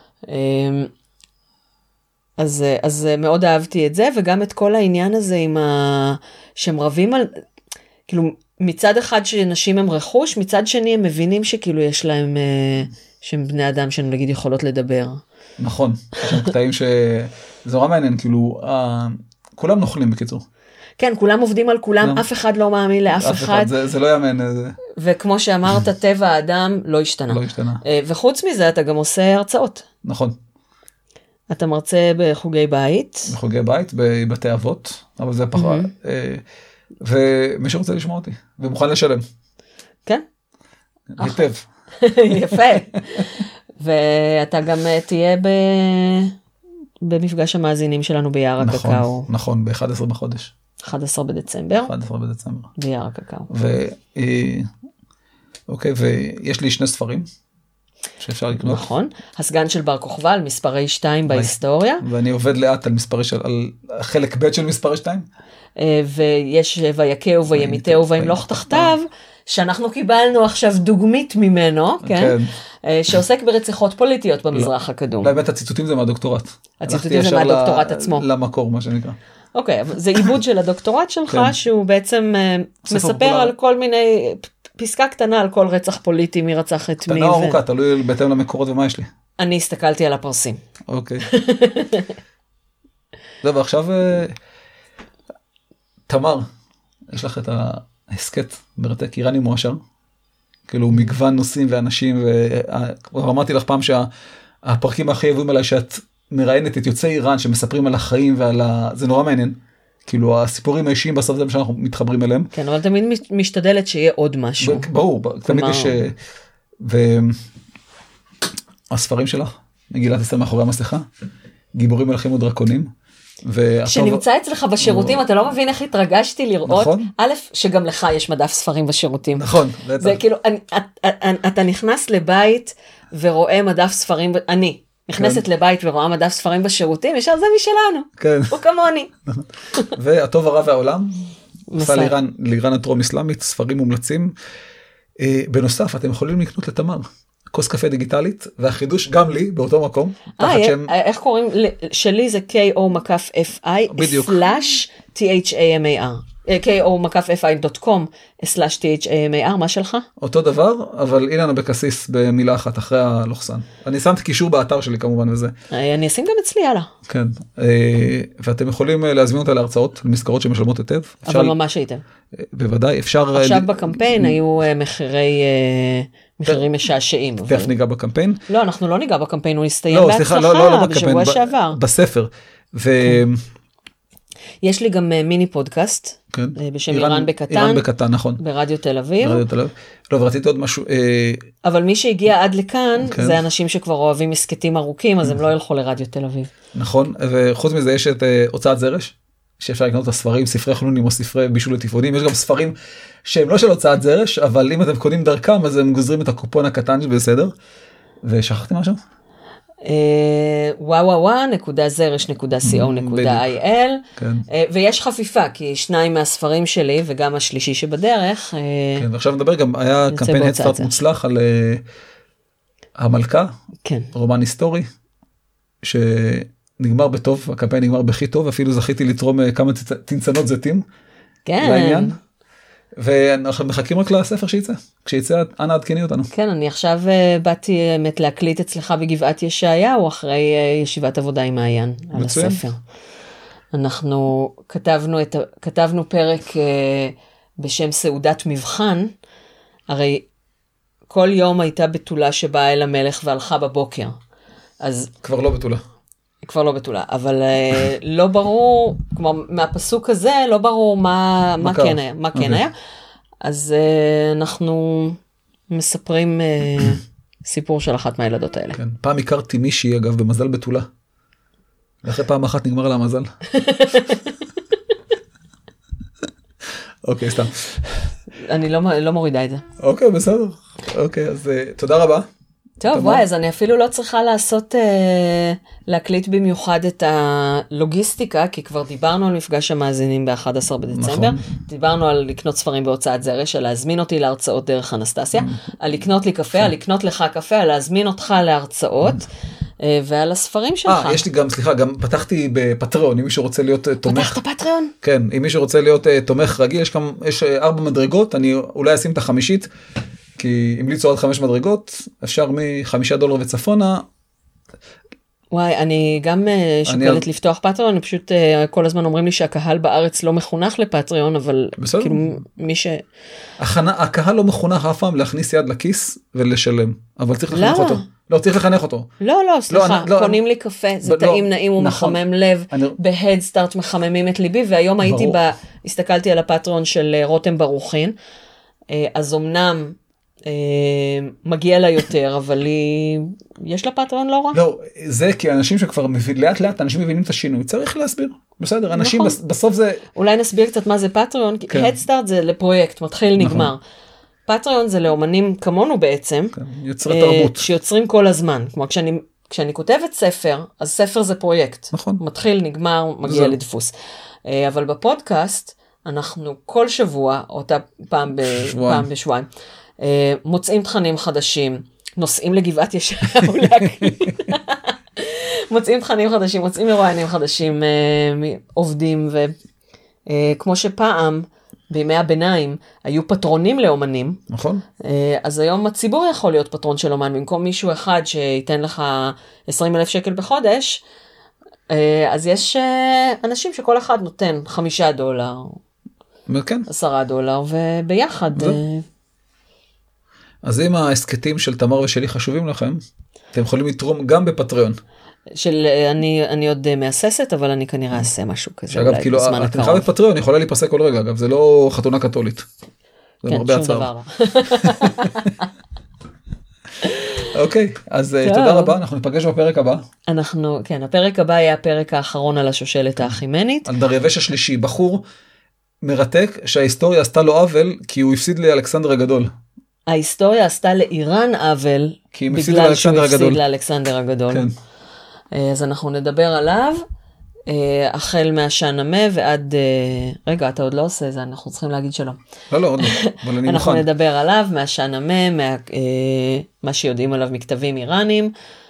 אז מאוד אהבתי את זה, וגם את כל העניין הזה שהם רבים על... כאילו, מצד אחד שנשים הם רכוש, מצד שני הם מבינים שכאילו יש להם... שהם בני אדם שהן נגיד יכולות לדבר. נכון, יש שם קטעים שזה נורא מעניין, כאילו... כולם נוכלים בקיצור. כן, כולם עובדים על כולם, אף אחד לא מאמין לאף אחד. זה לא יאמן. וכמו שאמרת, טבע האדם לא השתנה. לא השתנה. וחוץ מזה, אתה גם עושה הרצאות. נכון. אתה מרצה בחוגי בית. בחוגי בית, בבתי אבות, אבל זה פחות. ומי שרוצה לשמוע אותי, ומוכן לשלם. כן. היטב. יפה. ואתה גם תהיה במפגש המאזינים שלנו ביער הקקאו. נכון, ב-11 בחודש. 11 בדצמבר. 11 בדצמבר. ביער הקקאו. אוקיי, ויש לי 2 ספרים שאפשר לקנות. נכון. הסגן של בר כוכבא, מספרי 2 בהיסטוריה. ואני עובד לאט על חלק ב' של מספרי 2. ויש ויקהו וימיתהו וימלוך תחתיו, שאנחנו קיבלנו עכשיו דוגמית ממנו, כן? שעוסק ברציחות פוליטיות במזרח הקדום. באמת הציטוטים זה מהדוקטורט. הציטוטים זה מהדוקטורט עצמו. למקור, מה שנקרא. אוקיי, זה עיבוד של הדוקטורט שלך, שהוא בעצם מספר על כל מיני, פסקה קטנה על כל רצח פוליטי, מי רצח את מי. קטנה או ארוכה, תלוי בהתאם למקורות ומה יש לי. אני הסתכלתי על הפרסים. אוקיי. זהו, ועכשיו, תמר, יש לך את ההסקט מרתק, איראני מואשר. כאילו מגוון נושאים ואנשים, ואמרתי לך פעם שהפרקים הכי אהובים עליי שאת מראיינת את יוצאי איראן שמספרים על החיים זה נורא מעניין. כאילו הסיפורים האישיים בסוף זה מה שאנחנו מתחברים אליהם. כן, אבל תמיד משתדלת שיהיה עוד משהו. ברור, תמיד יש... והספרים שלך, מגילת אסתר מאחורי המסכה, גיבורים מלכים ודרקונים. שנמצא אצלך בשירותים, אתה לא מבין איך התרגשתי לראות, א', שגם לך יש מדף ספרים בשירותים. נכון. זה כאילו, אתה נכנס לבית ורואה מדף ספרים, אני נכנסת לבית ורואה מדף ספרים בשירותים, ישר זה משלנו, הוא כמוני. והטוב הרע והעולם, עשה לאיראן הטרום אסלאמית, ספרים מומלצים. בנוסף, אתם יכולים לקנות לתמר. כוס קפה דיגיטלית, והחידוש גם לי, באותו מקום. איך קוראים? שלי זה ko-fi/thamar. ko-fi.com/thamar, מה שלך? אותו דבר, אבל אילן אבקסיס במילה אחת, אחרי הלוחסן. אני שמתי קישור באתר שלי כמובן וזה. אני אשים גם אצלי, יאללה. כן, ואתם יכולים להזמין אותה להרצאות, למזכרות שמשלמות היטב. אבל ממש היטב. בוודאי, אפשר... עכשיו בקמפיין היו מחירים משעשעים. תכף ניגע בקמפיין. לא, אנחנו לא ניגע בקמפיין, הוא הסתיים בהצלחה בשבוע שעבר. בספר. יש לי גם מיני פודקאסט, בשם איראן בקטן. איראן בקטן, נכון. ברדיו תל אביב. לא, ורציתי עוד משהו. אבל מי שהגיע עד לכאן, זה אנשים שכבר אוהבים מסקטים ארוכים, אז הם לא ילכו לרדיו תל אביב. נכון, וחוץ מזה יש את הוצאת זרש, שאפשר לקנות את הספרים, ספרי חנונים או ספרי בישול לטבעונים. יש גם ספרים שהם לא של הוצאת זרש, אבל אם אתם קונים דרכם, אז הם גוזרים את הקופון הקטן בסדר. ושכחתי משהו? www.zrsh.co.il ויש חפיפה, כי 2 מהספרים שלי וגם השלישי שבדרך. כן, ועכשיו נדבר גם, היה קמפיין הדסטארט מוצלח על המלכה, רומן היסטורי, שנגמר בטוב, הקמפיין נגמר בכי טוב, אפילו זכיתי לתרום כמה צנצנות זיתים לעניין. ואנחנו מחכים רק לספר שייצא. כשיצא, אנא עדכני אותנו. כן, אני עכשיו באתי להקליט אצלך בגבעת ישעיהו, אחרי ישיבת עבודה עם מעיין על הספר. אנחנו כתבנו פרק בשם סעודת מבחן, הרי כל יום הייתה בתולה שבאה אל המלך והלכה בבוקר. אז... כבר לא בתולה. כבר לא בתולה, אבל לא ברור, כלומר, מהפסוק הזה לא ברור מה כן היה. אז אנחנו מספרים סיפור של אחת מהילדות האלה. כן, פעם הכרתי מישהי, אגב, במזל בתולה. ואחרי פעם אחת נגמר לה המזל. אוקיי, סתם. אני לא מורידה את זה. אוקיי, בסדר. אוקיי, אז תודה רבה. טוב, וואי, אז אני אפילו לא צריכה להקליט במיוחד את הלוגיסטיקה, כי כבר דיברנו על מפגש המאזינים ב-11 בדצמבר, דיברנו על לקנות ספרים בהוצאת זרש, על להזמין אותי להרצאות דרך אנסטסיה, על לקנות לי קפה, על לקנות לך קפה, על להזמין אותך להרצאות, ועל הספרים שלך. יש לי גם, סליחה, גם פתחתי בפטריון, אם מישהו רוצה להיות תומך. פתחת פטריון? כן, אם מישהו רוצה להיות תומך רגיל, יש 4 מדרגות, אני אולי אשים את החמישית, כי המליצו עד 5 מדרגות, אפשר $5 וצפונה. וואי, אני גם שוקלת לפתוח פטריון, אני פשוט כל הזמן אומרים לי שהקהל בארץ לא מחונך לפטריון, אבל כאילו מי ש... הקהל לא מחונך אף פעם להכניס יד לכיס ולשלם, אבל צריך לחנך אותו. לא, צריך לחנך אותו. לא, סליחה, קונים לי קפה, זה טעים, נעים ומחמם לב, בהדסטארט מחממים את ליבי, והיום הסתכלתי על הפטריון של רותם ברוכין, אז אמנם מגיע לה יותר, אבל יש לה פטריון לא רע. לא, זה כי אנשים שכבר לאט לאט, אנשים מבינים את השינוי, צריך להסביר. בסדר, אנשים בסוף זה... אולי נסביר קצת מה זה פטריון, כי הדסטארט זה לפרויקט, מתחיל נגמר. פטריון זה לאומנים כמונו בעצם, יוצרי תרבות. שיוצרים כל הזמן. כלומר, כשאני כותבת ספר, אז ספר זה פרויקט. נכון. מתחיל, נגמר, מגיע לדפוס. אבל בפודקאסט, אנחנו כל שבוע, אותה פעם בשבועיים, מוצאים תכנים חדשים, נוסעים לגבעת ישעיהו להקליט. מוצאים תכנים חדשים, מוצאים מרואיינים חדשים, עובדים, וכמו שפעם, בימי הביניים, היו פטרונים לאומנים. נכון. אז היום הציבור יכול להיות פטרון של אומן, במקום מישהו אחד שייתן לך 20,000 שקל בחודש, אז יש אנשים שכל אחד נותן $5, כן. $10, וביחד... אז אם ההסקטים של תמר ושלי חשובים לכם, אתם יכולים לתרום גם בפטריון. אני עוד מאססת, אבל אני כנראה אעשה משהו כזה. שאגב, כאילו, התמיכה בפטריון יכולה להיפסק כל רגע, אגב, זה לא חתונה קתולית. זה מרבה הצער. דבר. אוקיי, אז תודה רבה, אנחנו ניפגש בפרק הבא. כן, הפרק הבא יהיה הפרק האחרון על השושלת האחימנית. על דריווש השלישי, בחור מרתק שההיסטוריה עשתה לו עוול, כי הוא הפסיד לאלכסנדר הגדול. ההיסטוריה עשתה לאיראן עוול, בגלל שהוא הפסיד לאלכסנדר הגדול. כן. אז אנחנו נדבר עליו, החל מהשענמה ועד... רגע, אתה עוד לא עושה זה, אנחנו צריכים להגיד שלא. לא, עוד לא, אבל אני אנחנו מוכן. נדבר עליו, מהשענמה, מה שיודעים עליו מכתבים איראנים,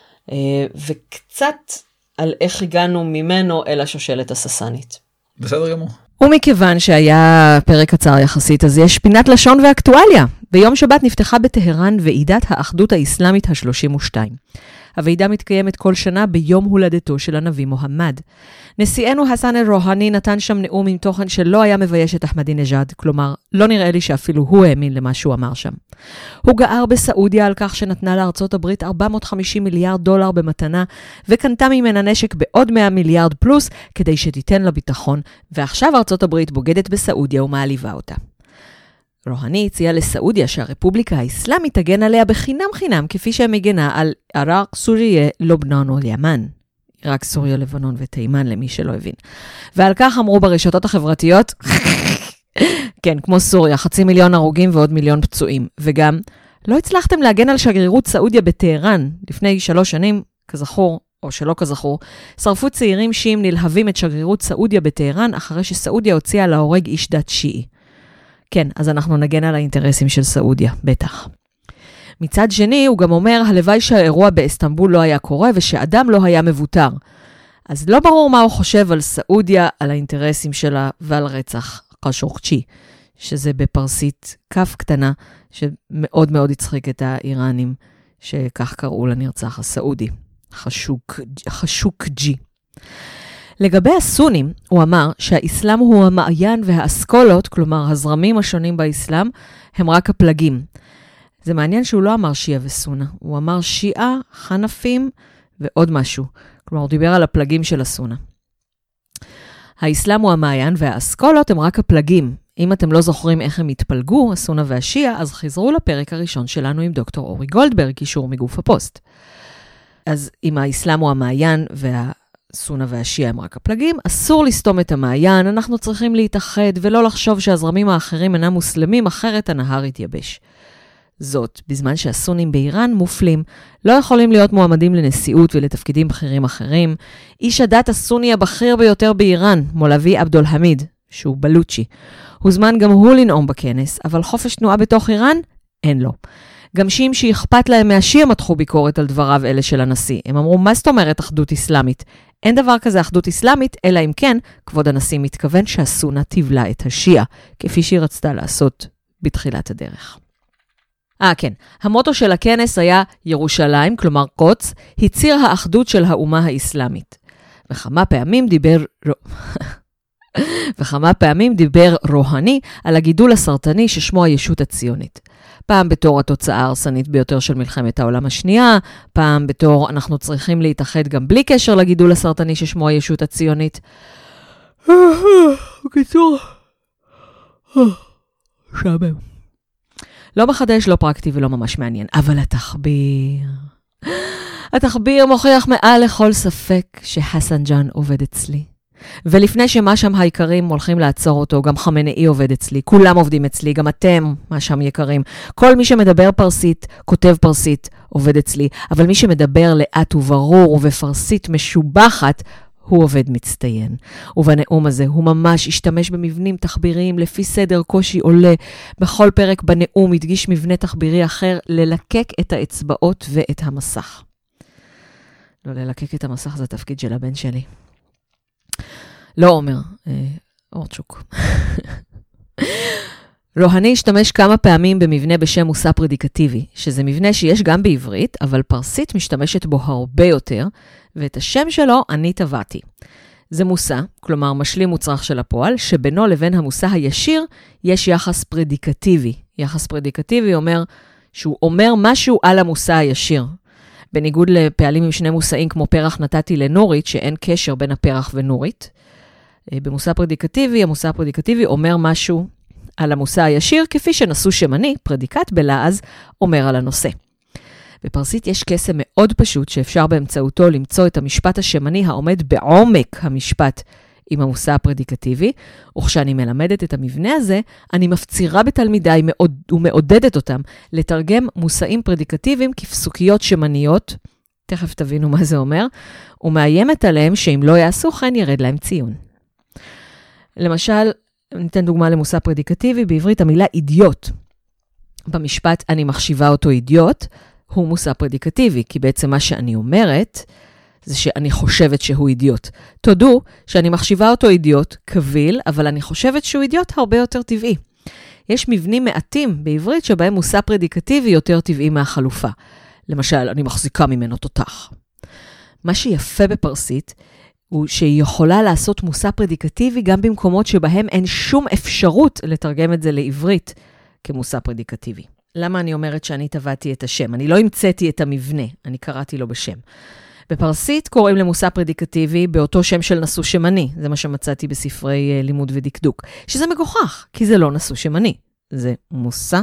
וקצת על איך הגענו ממנו אל השושלת הססנית. בסדר גמור. ומכיוון שהיה פרק קצר יחסית, אז יש פינת לשון ואקטואליה. ביום שבת נפתחה בטהרן ועידת האחדות האסלאמית ה-32. הוועידה מתקיימת כל שנה ביום הולדתו של הנביא מוחמד. נשיאנו חסן אל-רוהאני נתן שם נאום עם תוכן שלא היה מבייש את אחמדינג'אד, כלומר, לא נראה לי שאפילו הוא האמין למה שהוא אמר שם. הוא גער בסעודיה על כך שנתנה לארצות הברית $450 מיליארד במתנה, וקנתה ממנה נשק בעוד 100 מיליארד פלוס, כדי שתיתן לה ביטחון, ועכשיו ארצות הברית בוגדת בסעודיה ומעליבה אותה. רוהני הציע לסעודיה שהרפובליקה האסלאמית תגן עליה בחינם, כפי שהם מגנה על עיראק, סוריה, לובנון או ימן. עיראק, סוריה, לבנון ותימן, למי שלא הבין. ועל כך אמרו ברשתות החברתיות, כן, כמו סוריה, 500,000 הרוגים ועוד 1,000,000 פצועים. וגם, לא הצלחתם להגן על שגרירות סעודיה בטהרן. לפני 3 שנים, כזכור, או שלא כזכור, שרפו צעירים שיעים נלהבים את שגרירות סעודיה בטהרן, אחרי שסעודיה הוציאה להורג איש דת שיעי. כן, אז אנחנו נגן על האינטרסים של סעודיה, בטח. מצד שני, הוא גם אומר, הלוואי שהאירוע באסטנבול לא היה קורה, ושאדם לא היה מבוטר. אז לא ברור מה הוא חושב על סעודיה, על האינטרסים שלה, ועל רצח קשוקצ'י, שזה בפרסית כף קטנה, שמאוד מאוד הצחיק את האיראנים, שכך קראו לנרצח הסעודי, חשוקג'י. לגבי הסונים, הוא אמר שהאסלאם הוא המעיין והאסכולות, כלומר הזרמים השונים באסלאם, הם רק הפלגים. זה מעניין שהוא לא אמר שיעה וסונה, הוא אמר שיעה, חנפים ועוד משהו. כלומר, הוא דיבר על הפלגים של הסונה. האסלאם הוא המעיין והאסכולות הם רק הפלגים. אם אתם לא זוכרים איך הם התפלגו, הסונה והשיעה, אז חזרו לפרק הראשון שלנו עם דוקטור אורי גולדברג, קישור מגוף הפוסט. אז אם האסלאם הוא המעיין והסונה והשיעה הם רק הפלגים, אסור לסתום את המעיין, אנחנו צריכים להתאחד ולא לחשוב שהזרמים האחרים אינם מוסלמים, אחרת הנהר יתייבש. זאת, בזמן שהסונים באיראן מופלים, לא יכולים להיות מועמדים לנשיאות ולתפקידים בכירים אחרים. איש הדת הסוני הבכיר ביותר באיראן, מולבי עבדול חמיד, שהוא בלוצ'י. הוזמן גם הוא לנאום בכנס, אבל חופש תנועה בתוך איראן? אין לו. גם שיעים שאכפת להם מהשיעה מתחו ביקורת על דבריו אלה של הנשיא. הם אמרו, מה זאת אומרת אחדות איסלאמית? אין דבר כזה אחדות איסלאמית, אלא אם כן, כבוד הנשיא מתכוון שהסונה תבלע את השיעה, כפי שהיא רצתה לעשות בתחילת הדרך. כן, המוטו של הכנס היה ירושלים, כלומר קוץ, היא ציר האחדות של האומה האסלאמית. וכמה פעמים דיבר רוהני על הגידול הסרטני ששמו הישות הציונית. פעם בתור התוצאה ההרסנית ביותר של מלחמת העולם השנייה, פעם בתור אנחנו צריכים להתאחד גם בלי קשר לגידול הסרטני ששמו הישות הציונית. בקיצור, שעבם. לא מחדש, לא פרקטי ולא ממש מעניין. אבל התחביר מוכיח מעל לכל ספק שחסן ג'אן עובד אצלי. ולפני שמה שם היקרים הולכים לעצור אותו, גם חמנאי עובד אצלי, כולם עובדים אצלי, גם אתם, מה שם יקרים. כל מי שמדבר פרסית, כותב פרסית, עובד אצלי. אבל מי שמדבר לאט וברור ובפרסית משובחת, הוא עובד מצטיין. ובנאום הזה הוא ממש השתמש במבנים תחביריים לפי סדר קושי עולה. בכל פרק בנאום הדגיש מבנה תחבירי אחר ללקק את האצבעות ואת המסך. לא ללקק את המסך זה התפקיד של הבן שלי. לא אומר, אורצ'וק. רוהני השתמש כמה פעמים במבנה בשם מושא פרדיקטיבי, שזה מבנה שיש גם בעברית, אבל פרסית משתמשת בו הרבה יותר, ואת השם שלו אני טבעתי. זה מושא, כלומר משלים מוצרך של הפועל, שבינו לבין המושא הישיר יש יחס פרדיקטיבי. יחס פרדיקטיבי אומר שהוא אומר משהו על המושא הישיר. בניגוד לפעלים עם שני מושאים כמו פרח נתתי לנורית, שאין קשר בין הפרח ונורית. במושא פרדיקטיבי, המושא הפרדיקטיבי אומר משהו על המושא הישיר, כפי שנשוא שמני, פרדיקט בלעז, אומר על הנושא. בפרסית יש קסם מאוד פשוט שאפשר באמצעותו למצוא את המשפט השמני העומד בעומק המשפט עם המושא הפרדיקטיבי, וכשאני מלמדת את המבנה הזה, אני מפצירה בתלמידיי ומעודדת אותם לתרגם מושאים פרדיקטיביים כפסוקיות שמניות, תכף תבינו מה זה אומר, ומאיימת עליהם שאם לא יעשו כן ירד להם ציון. למשל, ניתן דוגמה למושא פרדיקטיבי, בעברית המילה אידיוט. במשפט אני מחשיבה אותו אידיוט, הוא מושא פרדיקטיבי, כי בעצם מה שאני אומרת, זה שאני חושבת שהוא אידיוט. תודו שאני מחשיבה אותו אידיוט, קביל, אבל אני חושבת שהוא אידיוט הרבה יותר טבעי. יש מבנים מעטים בעברית שבהם מושא פרדיקטיבי יותר טבעי מהחלופה. למשל, אני מחזיקה ממנו תותח. מה שיפה בפרסית, הוא שהיא יכולה לעשות מושא פרדיקטיבי גם במקומות שבהם אין שום אפשרות לתרגם את זה לעברית כמושא פרדיקטיבי. למה אני אומרת שאני טבעתי את השם? אני לא המצאתי את המבנה, אני קראתי לו בשם. בפרסית קוראים למושא פרדיקטיבי באותו שם של נשוא שמני. זה מה שמצאתי בספרי לימוד ודקדוק. שזה מגוחך, כי זה לא נשוא שמני. זה מושא.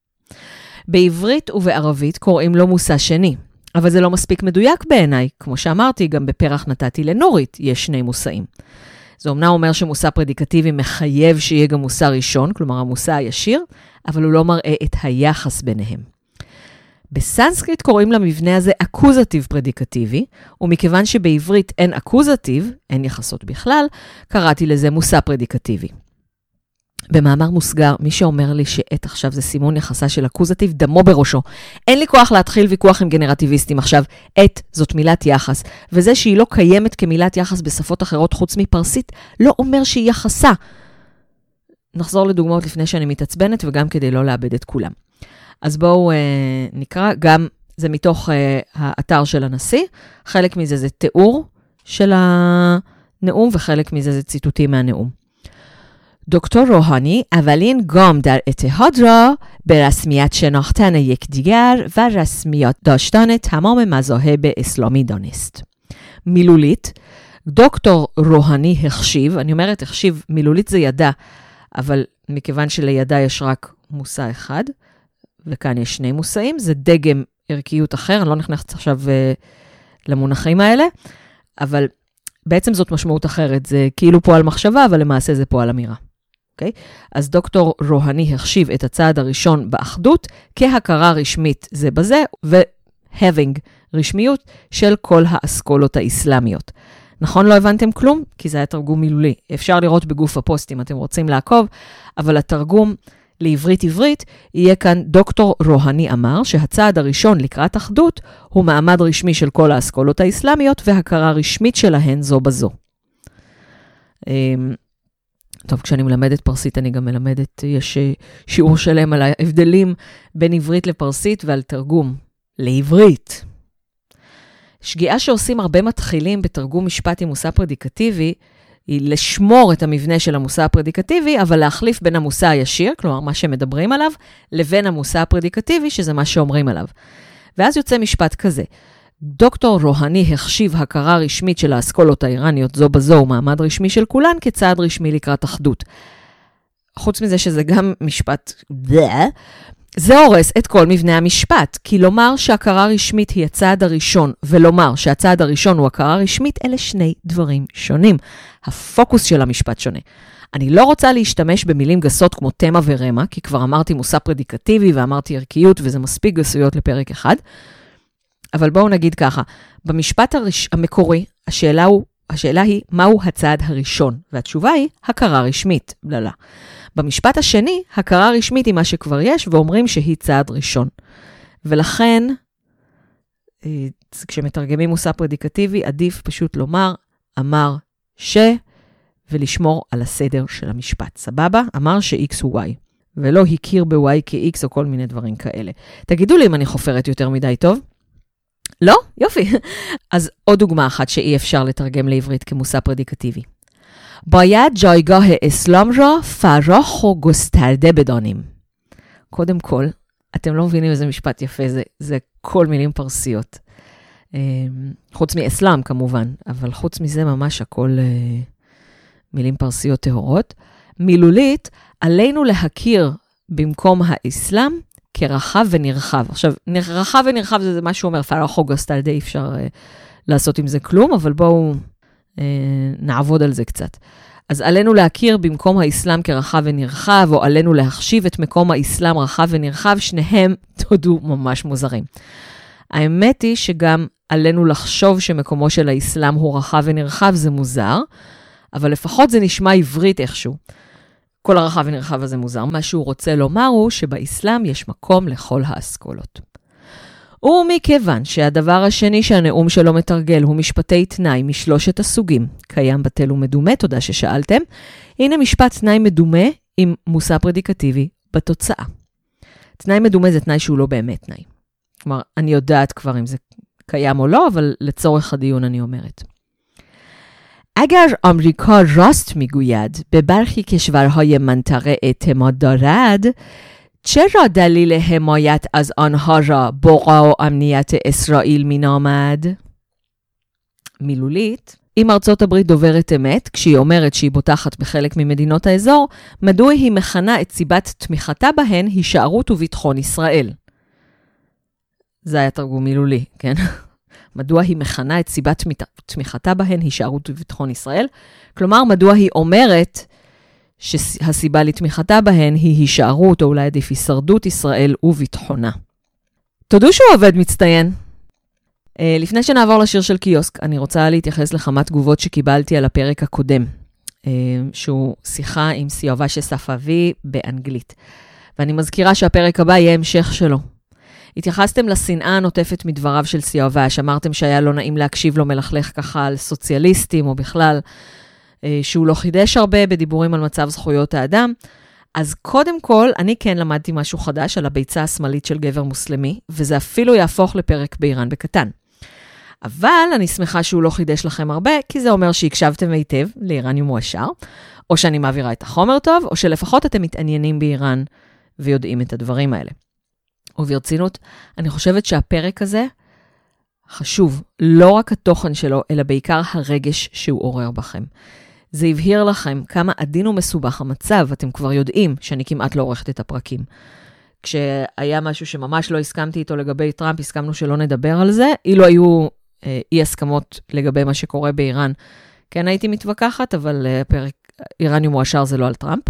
בעברית ובערבית קוראים לו מושא שני. אבל זה לא מספיק מדויק בעיניי. כמו שאמרתי, גם בפרח נתתי לנורית יש שני מושאים. זה אומנם אומר שמושא פרדיקטיבי מחייב שיהיה גם מושא ראשון, כלומר המושא הישיר, אבל הוא לא מראה את היחס ביניהם. בסנסקריט קוראים למבנה הזה אקוזטיב פרדיקטיבי, ומכיוון שבעברית אין אקוזטיב, אין יחסות בכלל, קראתי לזה מושא פרדיקטיבי. במאמר מוסגר, מי שאומר לי שאת עכשיו זה סימון יחסה של אקוזטיב, דמו בראשו. אין לי כוח להתחיל ויכוח עם גנרטיביסטים עכשיו. את זאת מילת יחס, וזה שהיא לא קיימת כמילת יחס בשפות אחרות חוץ מפרסית, לא אומר שהיא יחסה. נחזור לדוגמאות לפני שאני מתעצבנת, וגם כדי לא לאבד את כולם. אז בואו נקרא, גם זה מתוך האתר של הנשיא, חלק מזה זה תיאור של הנאום, וחלק מזה זה ציטוטים מהנאום. דוקטור רוהני اولین گام در اتحاد را به رسمیت شناختن یکدیگر و رسمیت داشتن تمام مذاهب اسلامی دانست. מילולית. דוקטור רוהני החשיב, אני אומרת החשיב, מילולית זה ידע, אבל מכיוון שלידע יש רק מושא אחד, וכאן יש שני מושאים, זה דגם ערכיות אחר, אני לא נכנסת עכשיו למונחים האלה, אבל בעצם זאת משמעות אחרת, זה כאילו פועל מחשבה, אבל למעשה זה פועל אמירה. Okay? אז דוקטור רוהני החשיב את הצעד הראשון באחדות כהכרה רשמית זה בזה, ו-having רשמיות של כל האסכולות האסלאמיות. נכון, לא הבנתם כלום? כי זה היה תרגום מילולי. אפשר לראות בגוף הפוסט אם אתם רוצים לעקוב, אבל התרגום לעברית יהיה כאן דוקטור רוהני אמר שהצעד הראשון לקראת אחדות הוא מעמד רשמי של כל האסכולות האסלאמיות והכרה רשמית שלהן זו בזו. טוב, כשאני מלמדת פרסית אני גם מלמדת, יש שיעור שלם על ההבדלים בין עברית לפרסית ועל תרגום לעברית. שגיאה שעושים הרבה מתחילים בתרגום משפט עם מושא פרדיקטיבי, היא לשמור את המבנה של המושא הפרדיקטיבי, אבל להחליף בין המושא הישיר, כלומר מה שמדברים עליו, לבין המושא הפרדיקטיבי, שזה מה שאומרים עליו. ואז יוצא משפט כזה, דוקטור רוהני החשיב הכרה רשמית של האסכולות האיראניות זו בזו ומעמד רשמי של כולן כצעד רשמי לקראת אחדות. חוץ מזה שזה גם משפט, זה הורס את כל מבנה המשפט, כי לומר שהכרה רשמית היא הצעד הראשון, ולומר שהצעד הראשון הוא הכרה רשמית, אלה שני דברים שונים. הפוקוס של המשפט שונה. אני לא רוצה להשתמש במילים גסות כמו תמה ורמה, כי כבר אמרתי מושא פרדיקטיבי ואמרתי ערכיות, וזה מספיק גסויות לפרק אחד. אבל בואו נגיד ככה, במשפט המקורי, השאלה היא מהו הצעד הראשון, והתשובה היא הכרה רשמית. לא. במשפט השני, הכרה רשמית היא מה שכבר יש, ואומרים שהיא צעד ראשון. ולכן, כשמתרגמים מושא פרדיקטיבי, עדיף פשוט לומר, אמר ולשמור על הסדר של המשפט. סבבה? אמר ש-X הוא Y. ולא הכיר ב-Y כ-X או כל מיני דברים כאלה. תגידו לי אם אני חופרת יותר מדי טוב. לא? יופי. אז עוד דוגמה אחת שאי אפשר לתרגם לעברית כמושא פרדיקטיבי. باید جایگاه اسلام را فراخ و گسترده بدانیم. קודם כל, אתם לא מבינים איזה משפט יפה, זה כל מילים פרסיות. חוץ מאסלאם כמובן, אבל חוץ מזה ממש הכל מילים פרסיות טהורות. מילולית, עלינו להכיר במקום האסלאם כרחב ונרחב. עכשיו, רחב ונרחב זה מה שהוא אומר, פרח או גוסטלדה, אי אפשר לעשות עם זה כלום, אבל בואו נעבוד על זה קצת. אז עלינו להכיר במקום האסלאם כרחב ונרחב, או עלינו להחשיב את מקום האסלאם רחב ונרחב, שניהם תודו ממש מוזרים. האמת היא שגם עלינו לחשוב שמקומו של האסלאם הוא רחב ונרחב, זה מוזר, אבל לפחות זה נשמע עברית איכשהו. כל הרחב ונרחב הזה מוזר. מה שהוא רוצה לומר הוא שבאסלאם יש מקום לכל האסכולות. ומכיוון שהדבר השני שהנאום שלו מתרגל הוא משפטי תנאי משלושת הסוגים, קיים בטל ומדומה, תודה ששאלתם, הנה משפט תנאי מדומה עם מושא פרדיקטיבי בתוצאה. תנאי מדומה זה תנאי שהוא לא באמת תנאי. כלומר, אני יודעת כבר אם זה קיים או לא, אבל לצורך הדיון אני אומרת. اگر آمریکا راست میگوید به برخی کشورهای منطقه اعتماد دارد، چرا دلیل حمایت از آنها را بقا و امنیت اسرائیل مینامد؟ מילולית, אם ארצות הברית דוברת אמת, כשהיא אומרת שהיא בוטחת בחלק ממדינות האזור, מדוע היא מכנה את סיבת תמיכתה בהן הישארות וביטחון ישראל? זה היה תרגום מילולי, כן? מדוע היא מכנה את סיבת תמיכתה בהן הישארות וביטחון ישראל? כלומר, מדוע היא אומרת שהסיבה לתמיכתה בהן היא הישארות, או אולי עדיף הישרדות ישראל וביטחונה. תודו שהוא עובד מצטיין. לפני שנעבור לשיר של קיוסק, אני רוצה להתייחס לכמה תגובות שקיבלתי על הפרק הקודם, שהוא שיחה עם סיובש ספאבי באנגלית. ואני מזכירה שהפרק הבא יהיה המשך שלו. התייחסתם לשנאה הנוטפת מדבריו של סיובש, אמרתם שהיה לא נעים להקשיב לו מלכלך ככה על סוציאליסטים, או בכלל שהוא לא חידש הרבה בדיבורים על מצב זכויות האדם. אז קודם כל, אני כן למדתי משהו חדש על הביצה השמאלית של גבר מוסלמי, וזה אפילו יהפוך לפרק באיראן בקטן. אבל אני שמחה שהוא לא חידש לכם הרבה, כי זה אומר שהקשבתם היטב לאיראן ומואשר, או שאני מעבירה את החומר טוב, או שלפחות אתם מתעניינים באיראן ויודעים את הדברים האלה. וברצינות, אני חושבת שהפרק הזה חשוב, לא רק התוכן שלו, אלא בעיקר הרגש שהוא עורר בכם. זה הבהיר לכם כמה עדין ומסובך המצב, אתם כבר יודעים שאני כמעט לא עורכת את הפרקים. כשהיה משהו שממש לא הסכמתי איתו לגבי טראמפ, הסכמנו שלא נדבר על זה, אילו היו אי הסכמות לגבי מה שקורה באיראן, כן הייתי מתווכחת, אבל פרק איראניום מועשר זה לא על טראמפ.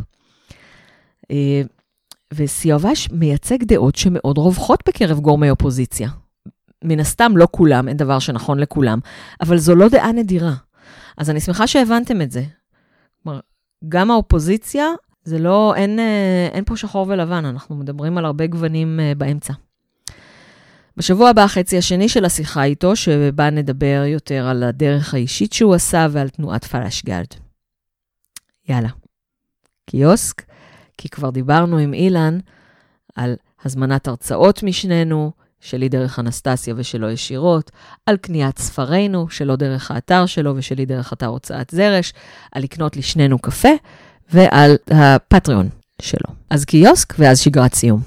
וסיובש מייצג דעות שמאוד רווחות בקרב גורמי אופוזיציה. מן הסתם לא כולם, אין דבר שנכון לכולם, אבל זו לא דעה נדירה. אז אני שמחה שהבנתם את זה. כלומר, גם האופוזיציה, זה לא, אין פה שחור ולבן, אנחנו מדברים על הרבה גוונים באמצע. בשבוע הבא, החצי השני של השיחה איתו, שבה נדבר יותר על הדרך האישית שהוא עשה ועל תנועת פלאשגרד. יאללה. קיוסק, כי כבר דיברנו עם אילן על הזמנת הרצאות משנינו, שלי דרך אנסטסיה ושלו ישירות, על קניית ספרינו, שלו דרך האתר שלו ושלי דרך אתר הוצאת זרש, על לקנות לשנינו קפה, ועל הפטריון שלו. אז קיוסק ואז שגרת סיום.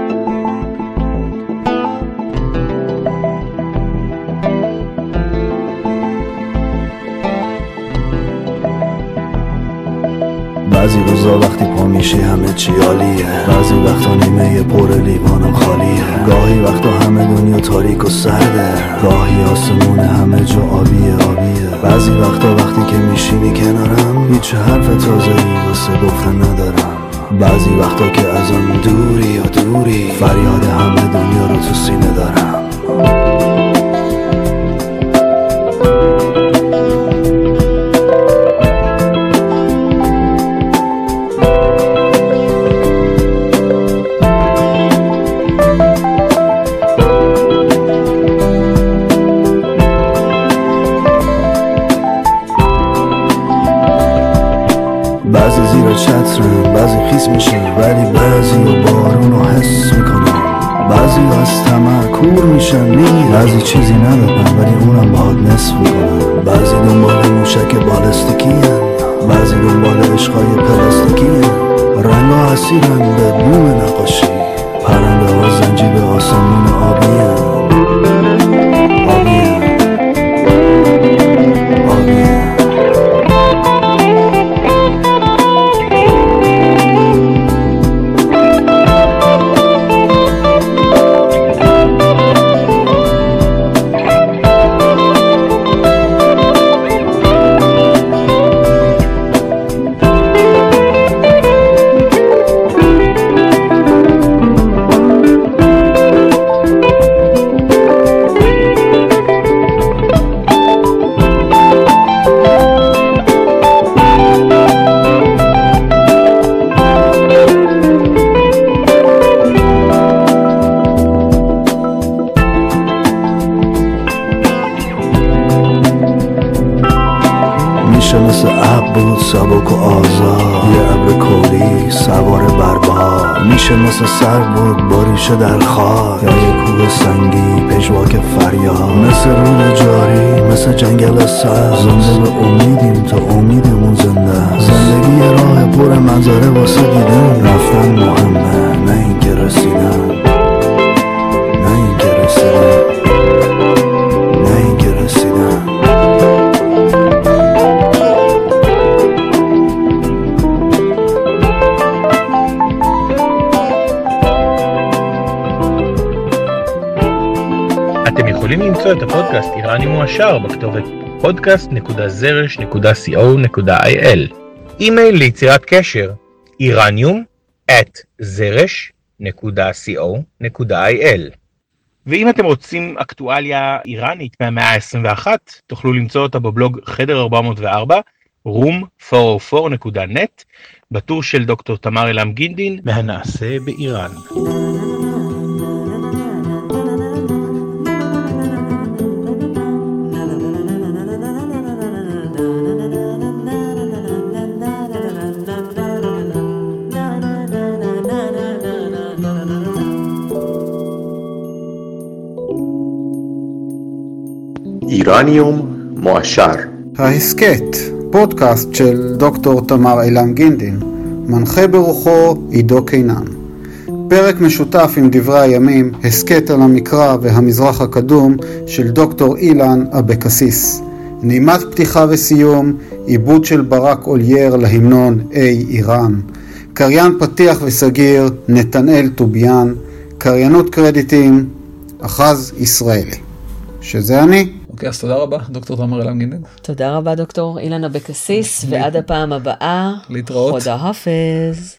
بعضی روزا وقتی پا میشی همه چی عالیه بعضی وقتا نیمه پر لیوانم خالیه گاهی وقتا همه دنیا تاریک و سرده گاهی آسمون همه جا آبیه بعضی وقتا وقتی که میشینی کنارم هیچ حرف تازه‌ای واسه گفتن ندارم بعضی وقتا که ازم دوری فریاد همه دنیا رو تو سینه دارم بعضی زیر چترم بعضی خیس میشه ولی بعضی و بارونو حس میکنم بعضی از طمع کور میشن بعضی چیزی ندارم ولی اونم باهات نصف میکنم بعضی دنبال موشک بالستیکی هن بعضی دنبال عشقای پلاستیکی هن رنگا اسیرن به بوم نقاشی پرنده ها زنجیب آسمون آبی هن سبک و آزاد یه ابر کولی سوار برباد میشه مثل سر بود باریشه در خاک یا یه کوه سنگی پژواک فریاد مثل رود جاری مثل جنگل سبز زنده به امیدیم تا امیدمون زنده زندگی راه پر منظره واسه دیدن رفتن مهمه نه اینکه رسیدن نه اینکه رسیدن نه اینکه رسیدن אתם יכולים למצוא את הפודקאסט איראניום מועשר בכתובת podcast.zrsh.co.il. אימייל ליצירת קשר iranium@zrsh.co.il. ואם אתם רוצים אקטואליה איראנית מהמאה ה-21, תוכלו למצוא אותה בבלוג חדר 404, room404.net, בטור של דוקטור תמר אילם גינדין, מהנעשה באיראן. איראניום מועשר. ההסכת, פודקאסט של דוקטור תמר אילם גינדין, מנחה ברוחו עידו קינן. פרק משותף עם דברי הימים, הסקט על המקרא והמזרח הקדום של דוקטור אילן אבקסיס. נעימת פתיחה וסיום, עיבוד של ברק אולייר להמנון איראן. קריין פתיח וסגיר, נתנאל טוביאן. קריינות קרדיטים, אחז ישראלי. שזה אני. אוקיי, אז תודה רבה, דוקטור תמר אילם גינדין. תודה רבה, דוקטור אילן אבקסיס, ועד הפעם הבאה, להתראות. חודה חפז.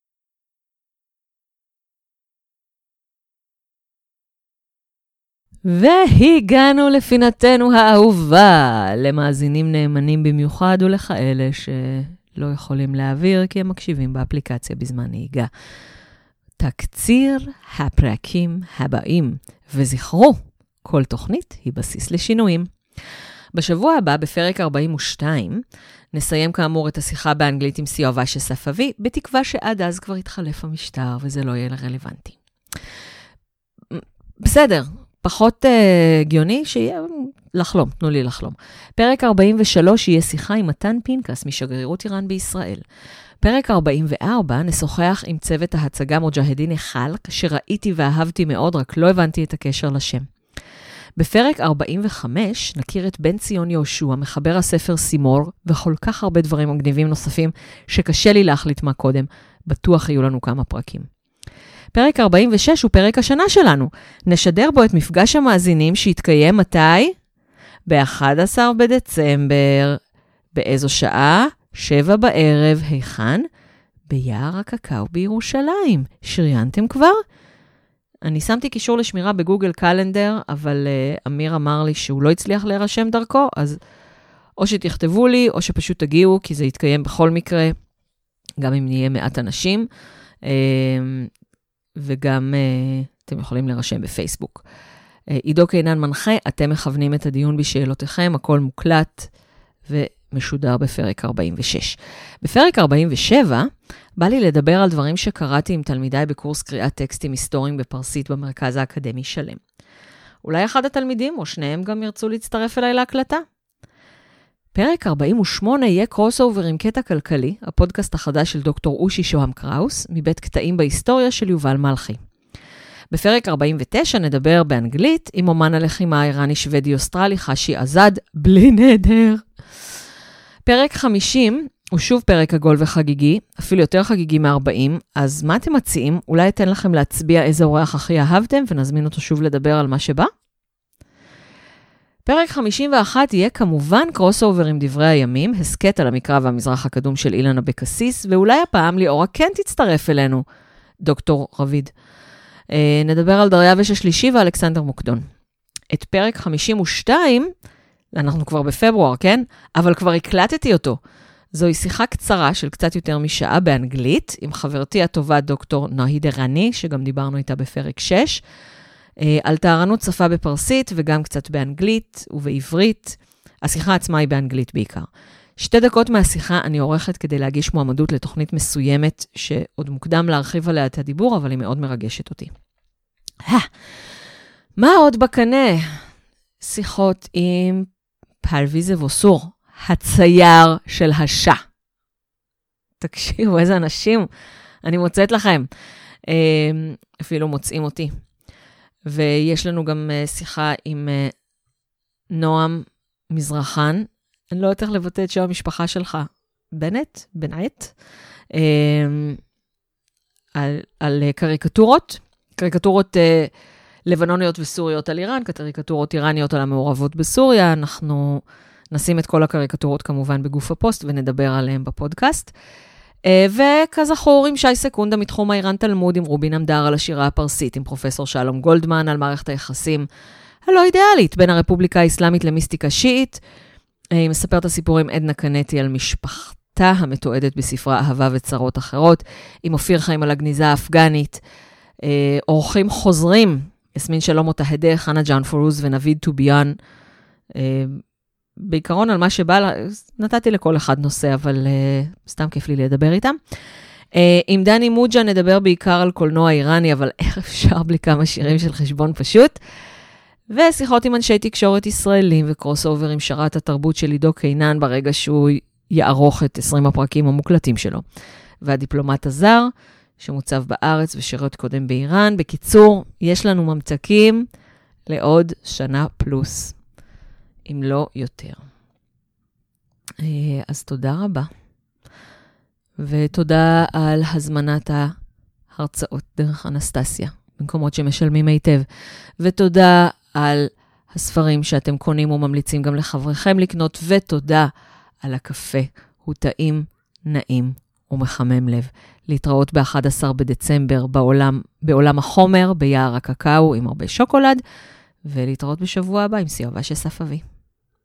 והגענו לפינתנו האהובה, למאזינים נאמנים במיוחד ולכאלה שלא יכולים להעביר כי הם מקשיבים באפליקציה בזמן נהיגה. תקציר הפרקים הבאים, וזכרו, כל תוכנית היא בסיס לשינויים. בשבוע הבא, בפרק 42, נסיים כאמור את השיחה באנגלית עם סיובה שספבי, בתקווה שעד אז כבר יתחלף המשטר וזה לא יהיה רלוונטי. בסדר. פחות הגיוני שיהיה לחלום, תנו לי לחלום. פרק 43 יהיה שיחה עם מתן פינקס משגרירות איראן בישראל. פרק 44 נשוחח עם צוות ההצגה מוג'הדין חלק, שראיתי ואהבתי מאוד, רק לא הבנתי את הקשר לשם. בפרק 45 נכיר את בן ציון יהושע, מחבר הספר סימור, וכל כך הרבה דברים מגניבים נוספים שקשה לי להחליט מה קודם. בטוח יהיו לנו כמה פרקים. פרק 46 הוא פרק השנה שלנו. נשדר בו את מפגש המאזינים שהתקיים מתי? ב-11 בדצמבר. באיזו שעה? 7 בערב. היכן? ביער הקקאו בירושלים. שריינתם כבר? אני שמתי קישור לשמירה בגוגל קלנדר, אבל אמיר אמר לי שהוא לא הצליח להירשם דרכו, אז או שתכתבו לי, או שפשוט תגיעו, כי זה יתקיים בכל מקרה, גם אם נהיה מעט אנשים. וגם אתם יכולים להירשם בפייסבוק. עידו קינן מנחה, אתם מכוונים את הדיון בשאלותיכם, הכל מוקלט ומשודר בפרק 46. בפרק 47 בא לי לדבר על דברים שקראתי עם תלמידיי בקורס קריאת טקסטים היסטוריים בפרסית במרכז האקדמי שלם. אולי אחד התלמידים או שניהם גם ירצו להצטרף אליי להקלטה. פרק 48 יהיה קרוס אובר עם קטע כלכלי, הפודקאסט החדש של דוקטור אושי שוהם קראוס, מבית קטעים בהיסטוריה של יובל מלכי. בפרק 49 נדבר באנגלית עם אומן הלחימה האיראני שוודי אוסטרלי חשי עזד, בלי נדר. פרק 50 הוא שוב פרק עגול וחגיגי, אפילו יותר חגיגי מ-40, אז מה אתם מציעים? אולי אתן לכם להצביע איזה אורח הכי אהבתם, ונזמין אותו שוב לדבר על מה שבא? פרק 51 יהיה כמובן קרוס אובר עם דברי הימים, הסקט על המקרא והמזרח הקדום של אילן אבקסיס, ואולי הפעם ליאורה כן תצטרף אלינו, דוקטור רביד. נדבר על דריווש השלישי ואלכסנדר מוקדון. את פרק 52, אנחנו כבר בפברואר, כן? אבל כבר הקלטתי אותו. זוהי שיחה קצרה של קצת יותר משעה באנגלית, עם חברתי הטובה דוקטור נהיד ערני, שגם דיברנו איתה בפרק 6, על טהרנות שפה בפרסית וגם קצת באנגלית ובעברית. השיחה עצמה היא באנגלית בעיקר. 2 דקות מהשיחה אני עורכת כדי להגיש מועמדות לתוכנית מסוימת, שעוד מוקדם להרחיב עליה את הדיבור, אבל היא מאוד מרגשת אותי. מה עוד בקנה? שיחות עם פרוויז אבוסור, הצייר של השעה. תקשיבו, איזה אנשים אני מוצאת לכם. אפילו מוצאים אותי. ויש לנו גם שיחה עם נועם מזרחן, אני לא יודעת איך לבטא את שם המשפחה שלך, בנט, על קריקטורות לבנוניות וסוריות על איראן, קריקטורות איראניות על המעורבות בסוריה, אנחנו נשים את כל הקריקטורות כמובן בגוף הפוסט, ונדבר עליהם בפודקאסט. וכזכור עם שי סקונדה מתחום האיראן תלמוד, עם רובין עמדר על השירה הפרסית, עם פרופסור שלום גולדמן על מערכת היחסים הלא אידיאלית בין הרפובליקה האסלאמית למיסטיקה שיעית. היא מספרת הסיפור עם עדנה קנטי על משפחתה המתועדת בספרה אהבה וצרות אחרות, עם אופיר חיים על הגניזה האפגנית. אורחים חוזרים, יסמין שלום מוטהדה, חנה ג'אן פורוז ונביד טוביאן. בעיקרון על מה שבא, נתתי לכל אחד נושא, אבל סתם כיף לי לדבר איתם. עם דני מוג'ה נדבר בעיקר על קולנוע איראני, אבל איך אפשר בלי כמה שירים של חשבון פשוט. ושיחות עם אנשי תקשורת ישראלים וקרוס אובר עם שרת התרבות של עידו קינן, ברגע שהוא יערוך את 20 הפרקים המוקלטים שלו. והדיפלומט הזר, שמוצב בארץ ושירות קודם באיראן. בקיצור, יש לנו ממתקים לעוד שנה פלוס, אם לא יותר. אז תודה רבה. ותודה על הזמנת ההרצאות דרך אנסטסיה, במקומות שמשלמים היטב. ותודה על הספרים שאתם קונים וממליצים גם לחבריכם לקנות, ותודה על הקפה. הוא טעים, נעים ומחמם לב. להתראות ב-11 בדצמבר בעולם החומר, ביער הקקאו עם הרבה שוקולד, ולהתראות בשבוע הבא עם סיובה שסף אבי.